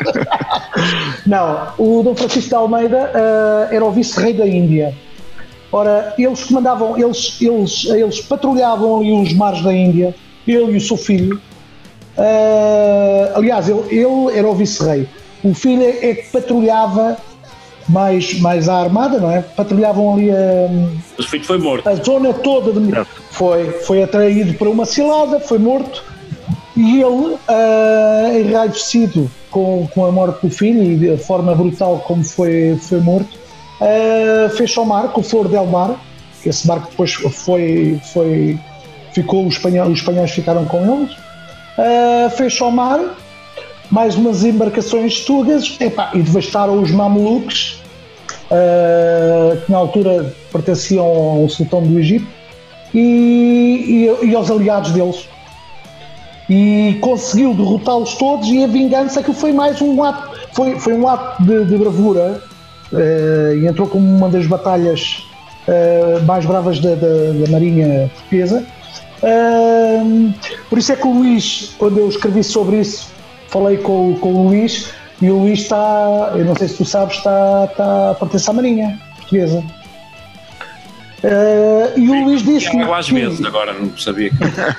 Não, o Dom Francisco de Almeida era o vice-rei da Índia. Ora, eles comandavam, eles patrulhavam ali os mares da Índia, ele e o seu filho. Aliás, ele era o vice-rei. O filho é que patrulhava mais a armada, não é? Patrulhavam ali o filho foi morto. A zona toda de... Foi atraído para uma cilada, foi morto. E ele, enraivecido com a morte do filho e da forma brutal como foi morto, fez-se ao mar com o Flor del Mar. Esse barco depois ficou, os espanhóis ficaram com eles. Fez-se ao mar, mais umas embarcações tugas, e devastaram os mameluques, que na altura pertenciam ao sultão do Egito, e aos aliados deles. E conseguiu derrotá-los todos, e a vingança que foi mais um ato, foi um ato de bravura, e entrou como uma das batalhas mais bravas da Marinha Portuguesa. Por isso é que o Luís, quando eu escrevi sobre isso, falei com o Luís, e o Luís está, eu não sei se tu sabes, está a pertencer à Marinha Portuguesa. E o Luís disse que... Eu às vezes, agora não sabia que...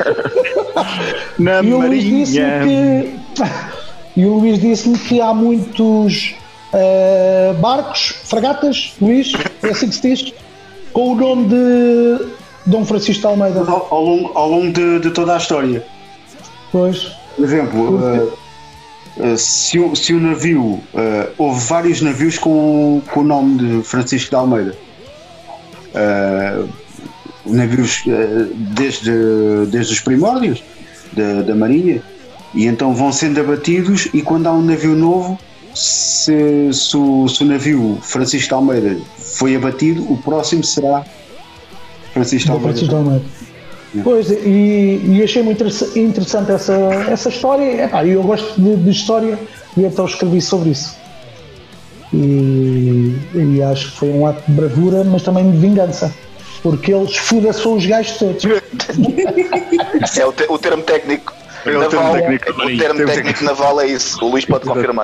Na e o Luís Marinha. disse-me e o Luís disse-me que há muitos barcos, fragatas, Luís, é assim que se diz, com o nome de Dom Francisco de Almeida. Ao longo de toda a história. Pois. Por exemplo, se o navio... houve vários navios com o nome de Francisco de Almeida. Navios desde os primórdios da Marinha, e então vão sendo abatidos, e quando há um navio novo, se o navio Francisco de Almeida foi abatido, o próximo será Francisco de Almeida. Pois, e achei muito interessante essa história. E eu gosto de história, e então escrevi sobre isso. E acho que foi um ato de bravura, mas também de vingança, porque eles esfudaçam os gajos todos. É o termo técnico. O termo técnico naval é isso. O Luís pode confirmar.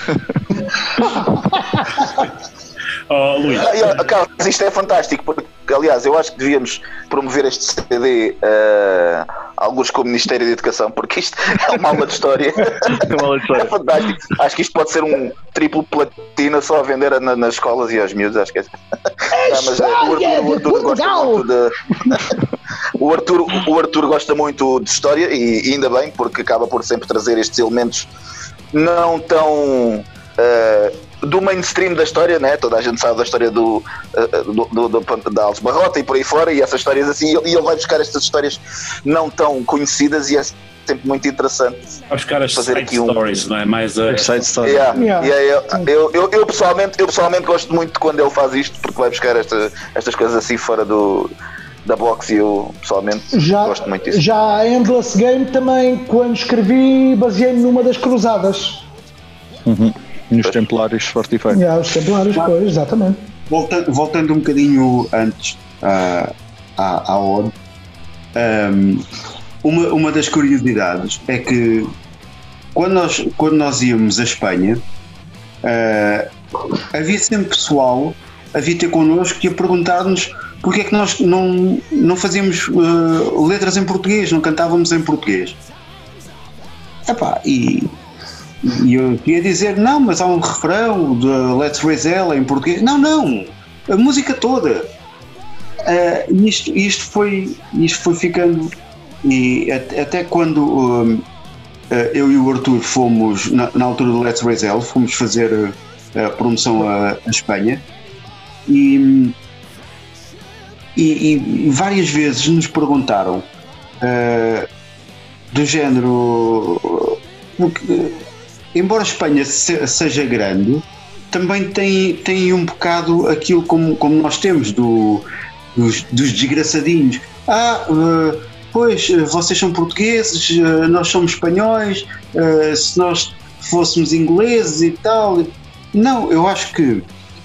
Oh, Luís. Carlos, isto é fantástico, porque, aliás, eu acho que devíamos promover este CD alguns com o Ministério da Educação, porque isto é uma aula de história. É fantástico. Acho que isto pode ser um triplo platina só a vender nas escolas e aos miúdos. Acho que é. Mas o Arthur gosta muito o Arthur gosta muito de história, e ainda bem, porque acaba por sempre trazer estes elementos não tão do mainstream da história, né? Toda a gente sabe da história da Alves Barrota e por aí fora, e essas histórias assim, e ele vai buscar estas histórias não tão conhecidas, e é sempre muito interessante. Vai buscar as fazer side aqui stories, não é? Mais side stories. Eu pessoalmente gosto muito quando ele faz isto, porque vai buscar estas coisas assim fora da box, e eu pessoalmente gosto muito disso. Já a Endless Game também, quando escrevi, baseei-me numa das cruzadas. Nos Templários Fortify. Os Templários, pois, exatamente. Voltando um bocadinho antes à Ode, uma das curiosidades é que quando nós íamos à Espanha, havia sempre pessoal a vir ter connosco e a perguntar-nos porque é que nós não fazíamos letras em português, não cantávamos em português. E eu queria dizer, não, mas há um refrão de Let's Raise Hell em português. Não, a música toda. Isto foi ficando, e até quando eu e o Arthur fomos, na altura do Let's Raise Hell, fomos fazer a promoção à Espanha, e várias vezes nos perguntaram do género, porque embora a Espanha seja grande, também tem um bocado aquilo como nós temos dos desgraçadinhos. Pois, vocês são portugueses, nós somos espanhóis, se nós fôssemos ingleses e tal. Não, eu acho que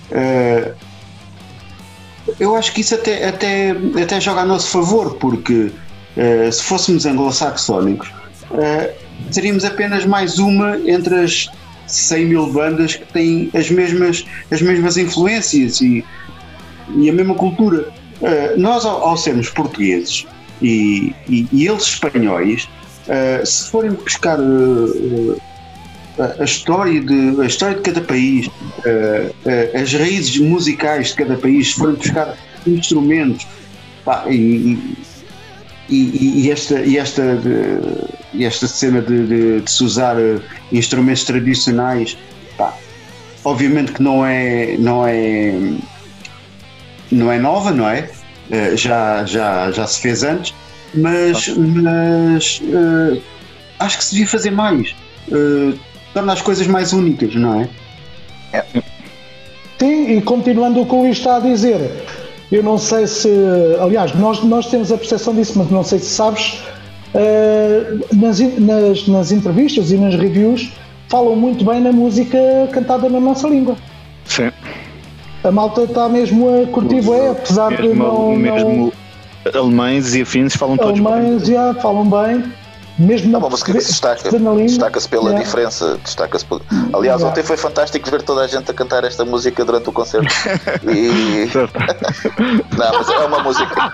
isso até joga a nosso favor, porque se fôssemos anglo-saxónicos, seríamos apenas mais uma entre as 100 mil bandas que têm as mesmas influências e a mesma cultura. Nós, ao sermos portugueses e eles espanhóis, se forem buscar a história de cada país, as raízes musicais de cada país, se forem buscar instrumentos, e esta cena de se usar instrumentos tradicionais, obviamente que não é nova, não é? Já se fez antes, mas acho que se devia fazer mais. Torna as coisas mais únicas, não é? Sim, e continuando o que o Luís está a dizer, Eu não sei se, aliás, nós temos a percepção disso, mas não sei se sabes, nas entrevistas e nas reviews falam muito bem na música cantada na nossa língua. Sim. A malta está mesmo a curtir bem, apesar de mesmo alemães e afins falam todos bem. Alemães já falam bem. Mesmo é uma música que se destaca-se pela diferença. Aliás, ontem foi fantástico ver toda a gente a cantar esta música durante o concerto. Não, mas é uma música.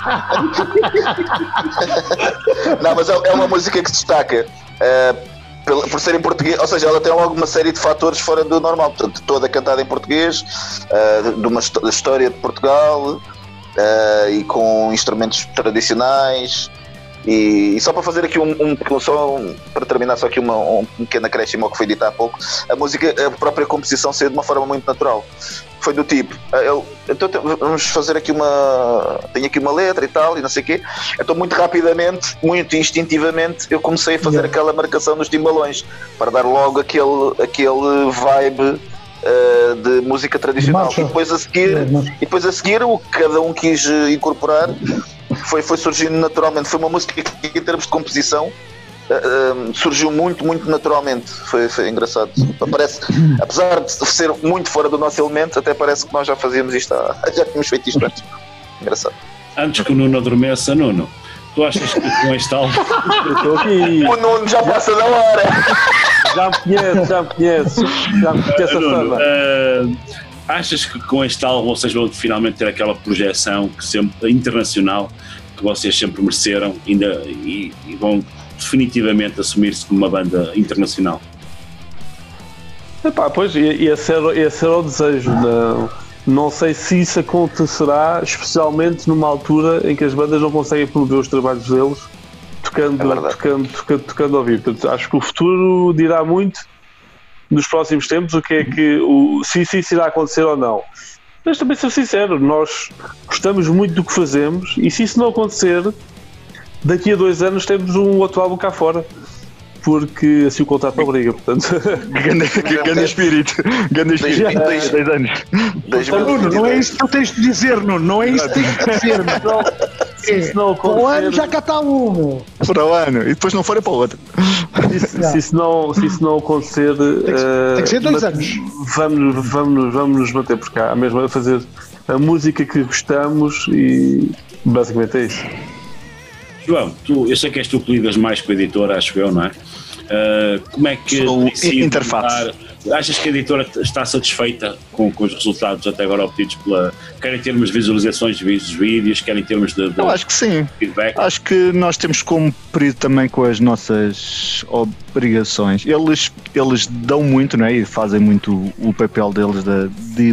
Não, mas é uma música que se destaca. Por ser em português, ou seja, ela tem logo uma série de fatores fora do normal, portanto, toda cantada em português, de uma história de Portugal, e com instrumentos tradicionais. E só para fazer aqui para terminar só aqui um pequeno acréscimo ao que foi dito há pouco, a música, a própria composição saiu de uma forma muito natural. Foi do tipo, então vamos fazer aqui tenho aqui uma letra e tal, e não sei o quê. Então muito rapidamente, muito instintivamente, eu comecei a fazer aquela marcação nos timbalões, para dar logo aquele vibe de música tradicional. E depois a seguir o que cada um quis incorporar foi surgindo naturalmente. Foi uma música que, em termos de composição, surgiu muito naturalmente. Foi engraçado. Parece, apesar de ser muito fora do nosso elemento, até parece que nós já fazíamos isto, já tínhamos feito isto antes. Engraçado. Antes que o Nuno adormeça, Nuno, tu achas que com este álbum o Nuno já passa da hora? Já me conhece a fama. Achas que com este álbum vocês vão finalmente ter aquela projeção que sempre, internacional, que vocês sempre mereceram e vão definitivamente assumir-se como uma banda internacional? Epá, pois, esse era o desejo. Não sei se isso acontecerá, especialmente numa altura em que as bandas não conseguem promover os trabalhos deles tocando ao vivo. Portanto, acho que o futuro dirá muito nos próximos tempos se isso irá acontecer ou não. Mas também, ser sincero, nós gostamos muito do que fazemos, e se isso não acontecer, daqui a 2 anos temos um outro álbum cá fora, porque assim o contrato obriga, portanto. Grande espírito. 2 anos. Nuno, não é isso que tu tens de dizer, Nuno. Não é isso que tens de dizer, Se não acontecer, para o ano já cá está um. Para o ano, e depois não for é para o outro. Se isso não acontecer, tem que ser 2 anos. Vamos nos manter por cá, mesmo a fazer a música que gostamos, e basicamente é isso. João, eu sei que és tu que lidas mais com a editora, acho eu, não é? Como é que interface? Achas que a editora está satisfeita com os resultados até agora obtidos quer em termos de visualizações dos vídeos, quer em termos de eu acho que sim. Feedback? Acho que nós temos cumprido também com as nossas obrigações. Eles dão muito, não é? E fazem muito o papel deles da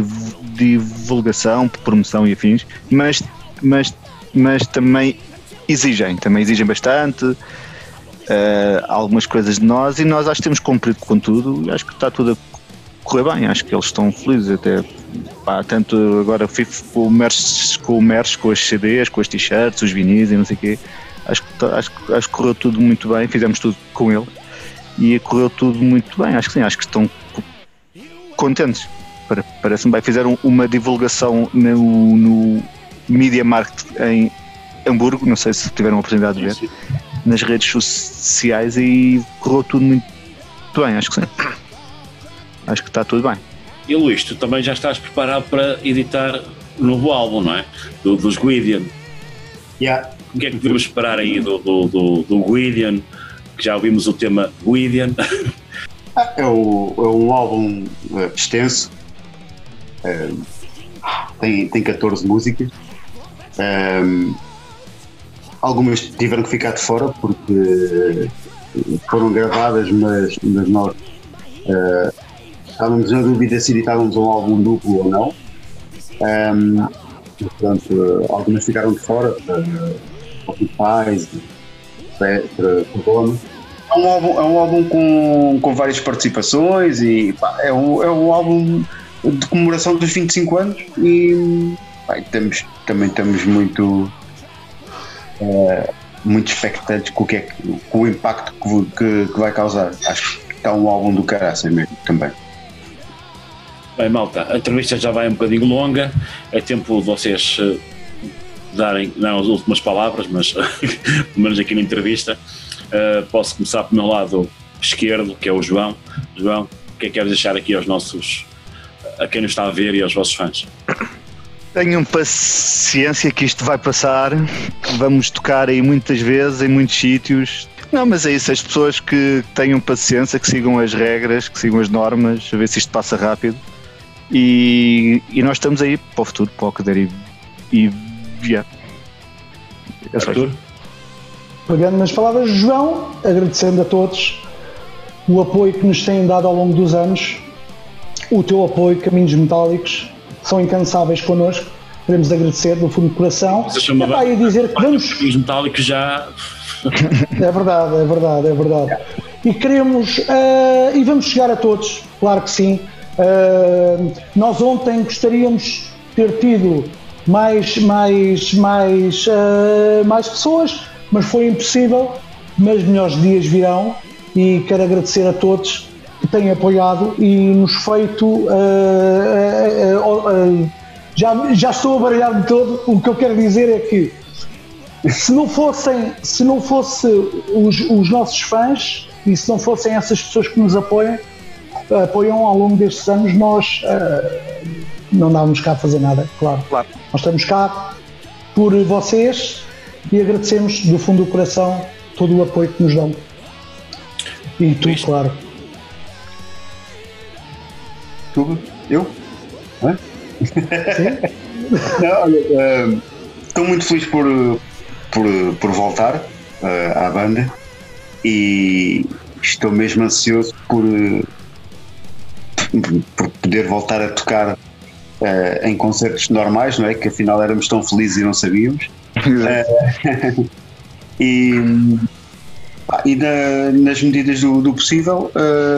divulgação, promoção e afins, mas também exigem bastante algumas coisas de nós, e nós acho que temos cumprido com tudo, e acho que está tudo a correr bem. Acho que eles estão felizes até, tanto agora com o merch, com as CDs, com as t-shirts, os vinis e não sei o quê. Acho que correu tudo muito bem, fizemos tudo com ele e correu tudo muito bem. Acho que sim, acho que estão contentes. Parece-me bem. Fizeram uma divulgação no Media Market em Hamburgo, não sei se tiveram a oportunidade de ver, nas redes sociais, e correu tudo muito bem, acho que sim. Acho que está tudo bem. E Luís, tu também já estás preparado para editar o novo álbum, não é? Dos Gwydion. Yeah. O que é que podemos esperar aí do Gwydion? Que já ouvimos o tema Gwydion. É um álbum extenso. Tem 14 músicas. Algumas tiveram que ficar de fora porque foram gravadas, mas nós estávamos na dúvida se editávamos um álbum duplo ou não. Portanto, algumas ficaram de fora, Pais, Bono. É um álbum com várias participações, e é um álbum de comemoração dos 25 anos, e também estamos muito expectantes com o impacto que vai causar. Acho que está um álbum do caraças mesmo também. Bem, malta, a entrevista já vai um bocadinho longa, é tempo de vocês darem não as últimas palavras, mas pelo menos aqui na entrevista. Posso começar pelo meu lado esquerdo, que é o João. João, o que é que queres deixar aqui a quem nos está a ver e aos vossos fãs? Tenham paciência que isto vai passar, vamos tocar aí muitas vezes, em muitos sítios. Não, mas é isso, as pessoas que tenham paciência, que sigam as regras, que sigam as normas, a ver se isto passa rápido. E nós estamos aí para o futuro, para o que der e vier. É só isso. Pegando nas palavras de João, agradecendo a todos o apoio que nos têm dado ao longo dos anos, o teu apoio, Caminhos Metálicos, são incansáveis connosco, queremos agradecer do fundo do coração. E dizer que vamos... Caminhos Metálicos já... É verdade. E queremos, e vamos chegar a todos, claro que sim. Nós ontem gostaríamos de ter tido mais pessoas, mas foi impossível, mas melhores dias virão e quero agradecer a todos que têm apoiado e nos feito já estou a baralhar de todo. O que eu quero dizer é que se não fosse os nossos fãs e se não fossem essas pessoas que nos apoiam ao longo destes anos, nós não dávamos cá a fazer nada, claro. Nós estamos cá por vocês e agradecemos do fundo do coração todo o apoio que nos dão. E tu, claro. Tu? Eu? Hã? Sim? Não, olha, estou muito feliz por voltar à banda e estou mesmo ansioso por poder voltar a tocar em concertos normais, não é? Que afinal éramos tão felizes e não sabíamos. Nas medidas do possível,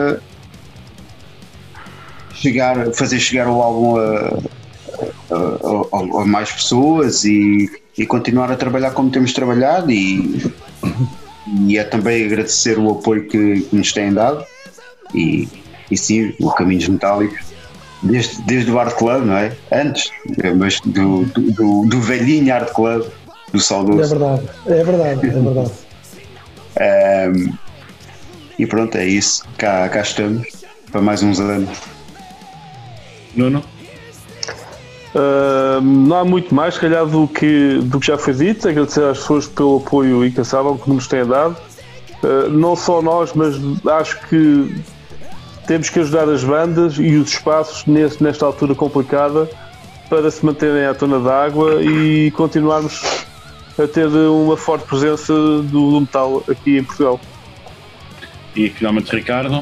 fazer chegar o álbum a mais pessoas e continuar a trabalhar como temos trabalhado e é também agradecer o apoio que nos têm dado e sim, o Caminhos Metálicos desde o Art Club, não é? Antes, mas do velhinho Art Club, do saudoso. É verdade. E pronto, é isso, cá estamos para mais uns anos. Nuno? Não há muito mais, se calhar, do que já foi dito. Agradecer às pessoas pelo apoio incansável que nos têm dado. Não só nós, mas acho que temos que ajudar as bandas e os espaços nesta altura complicada para se manterem à tona d'água e continuarmos a ter uma forte presença do metal aqui em Portugal. E finalmente, Ricardo?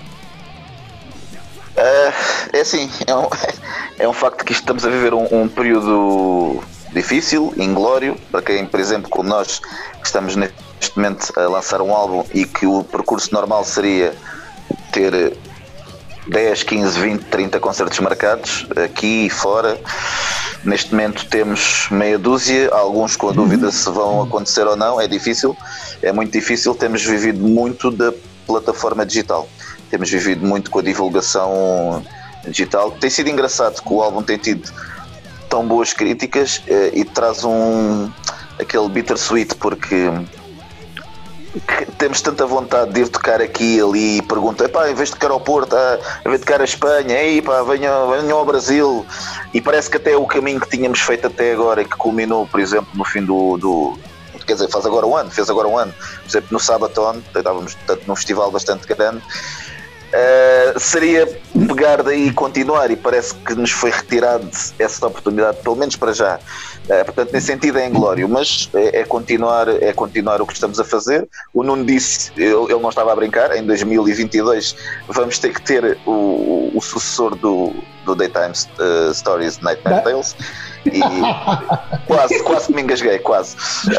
É assim, é um facto que estamos a viver um período difícil, inglório, para quem, por exemplo, como nós, que estamos neste momento a lançar um álbum e que o percurso normal seria ter 10, 15, 20, 30 concertos marcados, aqui e fora. Neste momento temos meia dúzia, alguns com a dúvida se vão acontecer ou não. É difícil, é muito difícil. Temos vivido muito da plataforma digital, temos vivido muito com a divulgação digital. Tem sido engraçado que o álbum tem tido tão boas críticas e traz aquele bittersweet, porque temos tanta vontade de ir tocar aqui e ali e pergunta, em vez de tocar ao Porto, em vez de tocar a Espanha, venham ao Brasil, e parece que até o caminho que tínhamos feito até agora e que culminou, por exemplo, no fim quer dizer, fez agora um ano, por exemplo, no Sabaton, estávamos num festival bastante grande, seria pegar daí e continuar, e parece que nos foi retirado essa oportunidade, pelo menos para já. Portanto, nesse sentido é inglório, mas é continuar o que estamos a fazer. O Nuno disse, ele não estava a brincar, em 2022 vamos ter que ter o sucessor do Daytime Stories, Nightmare Tales, e quase que me engasguei, quase.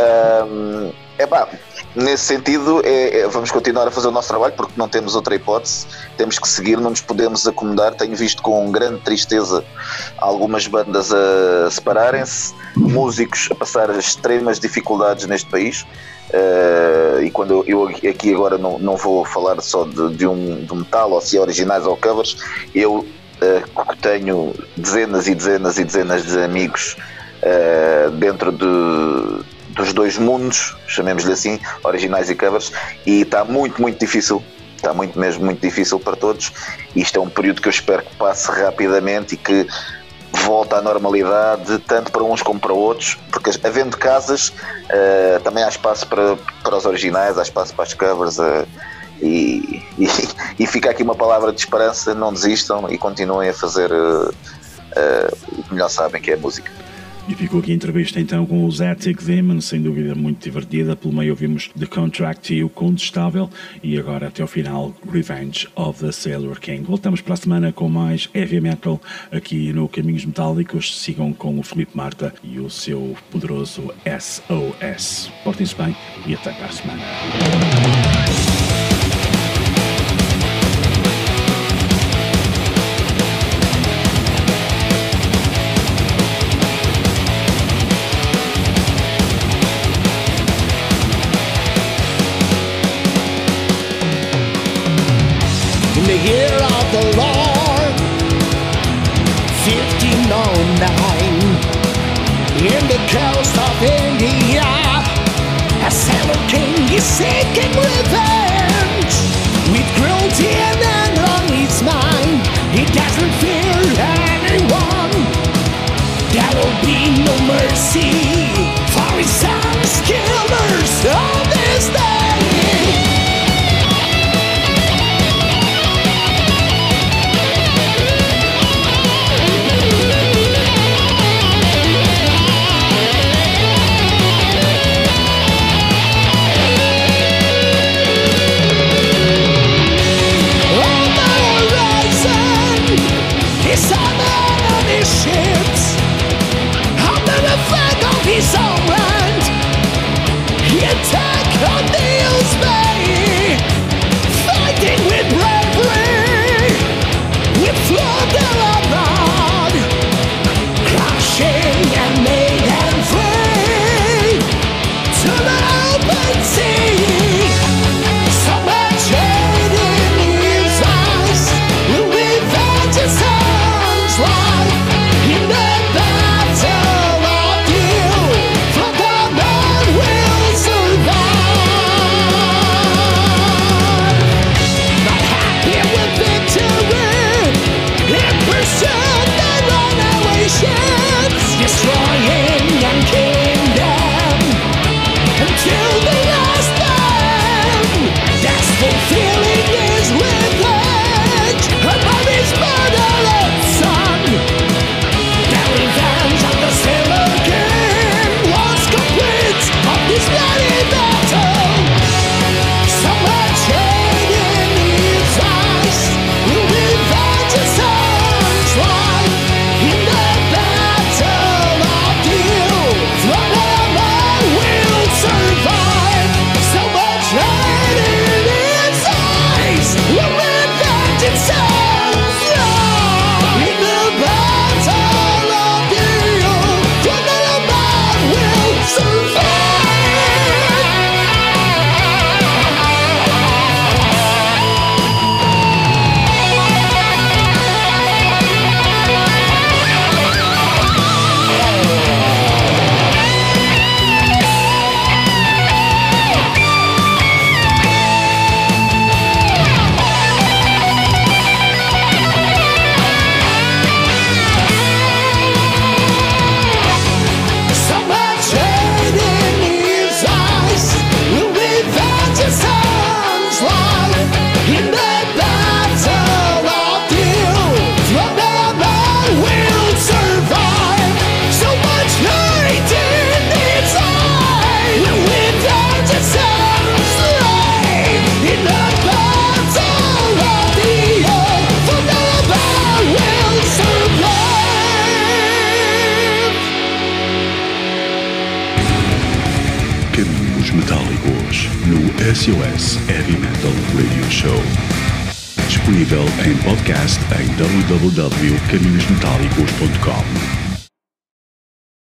Nesse sentido, vamos continuar a fazer o nosso trabalho, porque não temos outra hipótese, temos que seguir, não nos podemos acomodar. Tenho visto com grande tristeza algumas bandas a separarem-se, músicos a passar extremas dificuldades neste país, e quando eu aqui agora não vou falar só do metal, ou se é originais ou covers, eu tenho dezenas e dezenas e dezenas de amigos dentro dos dois mundos, chamemos-lhe assim, originais e covers, e está muito, muito difícil. Está mesmo muito difícil para todos. Isto é um período que eu espero que passe rapidamente e que volte à normalidade, tanto para uns como para outros, porque havendo casas, também há espaço para os originais, há espaço para as covers, e fica aqui uma palavra de esperança: não desistam e continuem a fazer o que melhor sabem, que é a música. E ficou aqui a entrevista então com os Attic Demon, sem dúvida muito divertida. Pelo meio ouvimos The Contract e o Condestável, e agora até ao final Revenge of the Sailor King. Voltamos para a semana com mais heavy metal aqui no Caminhos Metálicos. Sigam com o Filipe Marta e o seu poderoso SOS. Portem-se bem e até para a semana. In the year of the Lord, 1509, in the coast of India, a sailor king is seeking revenge. With cruelty and anger on his mind, he doesn't fear anyone. There will be no mercy for his sons, killers of this day. Ships under the flag of his own land, he attacked on Neil's Bay, fighting with bravery, with flood abroad, crashing and made them free to the open sea. So much hate in his eyes, will revenge his son's life. In the battle of you, for the man will survive. Not happy with victory, in pursuit the runaway ships, destroying young kingdom until the last man. That's fulfilling his revenge upon his murdered son. The revenge of the Sailor King was complete of this bloody battle. So much hate in his eyes, will revenge his son's life. In the battle of you, the man will survive. So much hate in his eyes, will revenge his son's life. In the battle of you, the man will survive. So much hate in his eyes, will revenge his son's life. In the battle of you, the man will survive. So much hate in his eyes, will revenge his son's life. In the battle of you, the man will survive. Caminhos Metálicos no SOS Heavy Metal Radio Show. Disponível em podcast em www.caminhosmetálicos.com.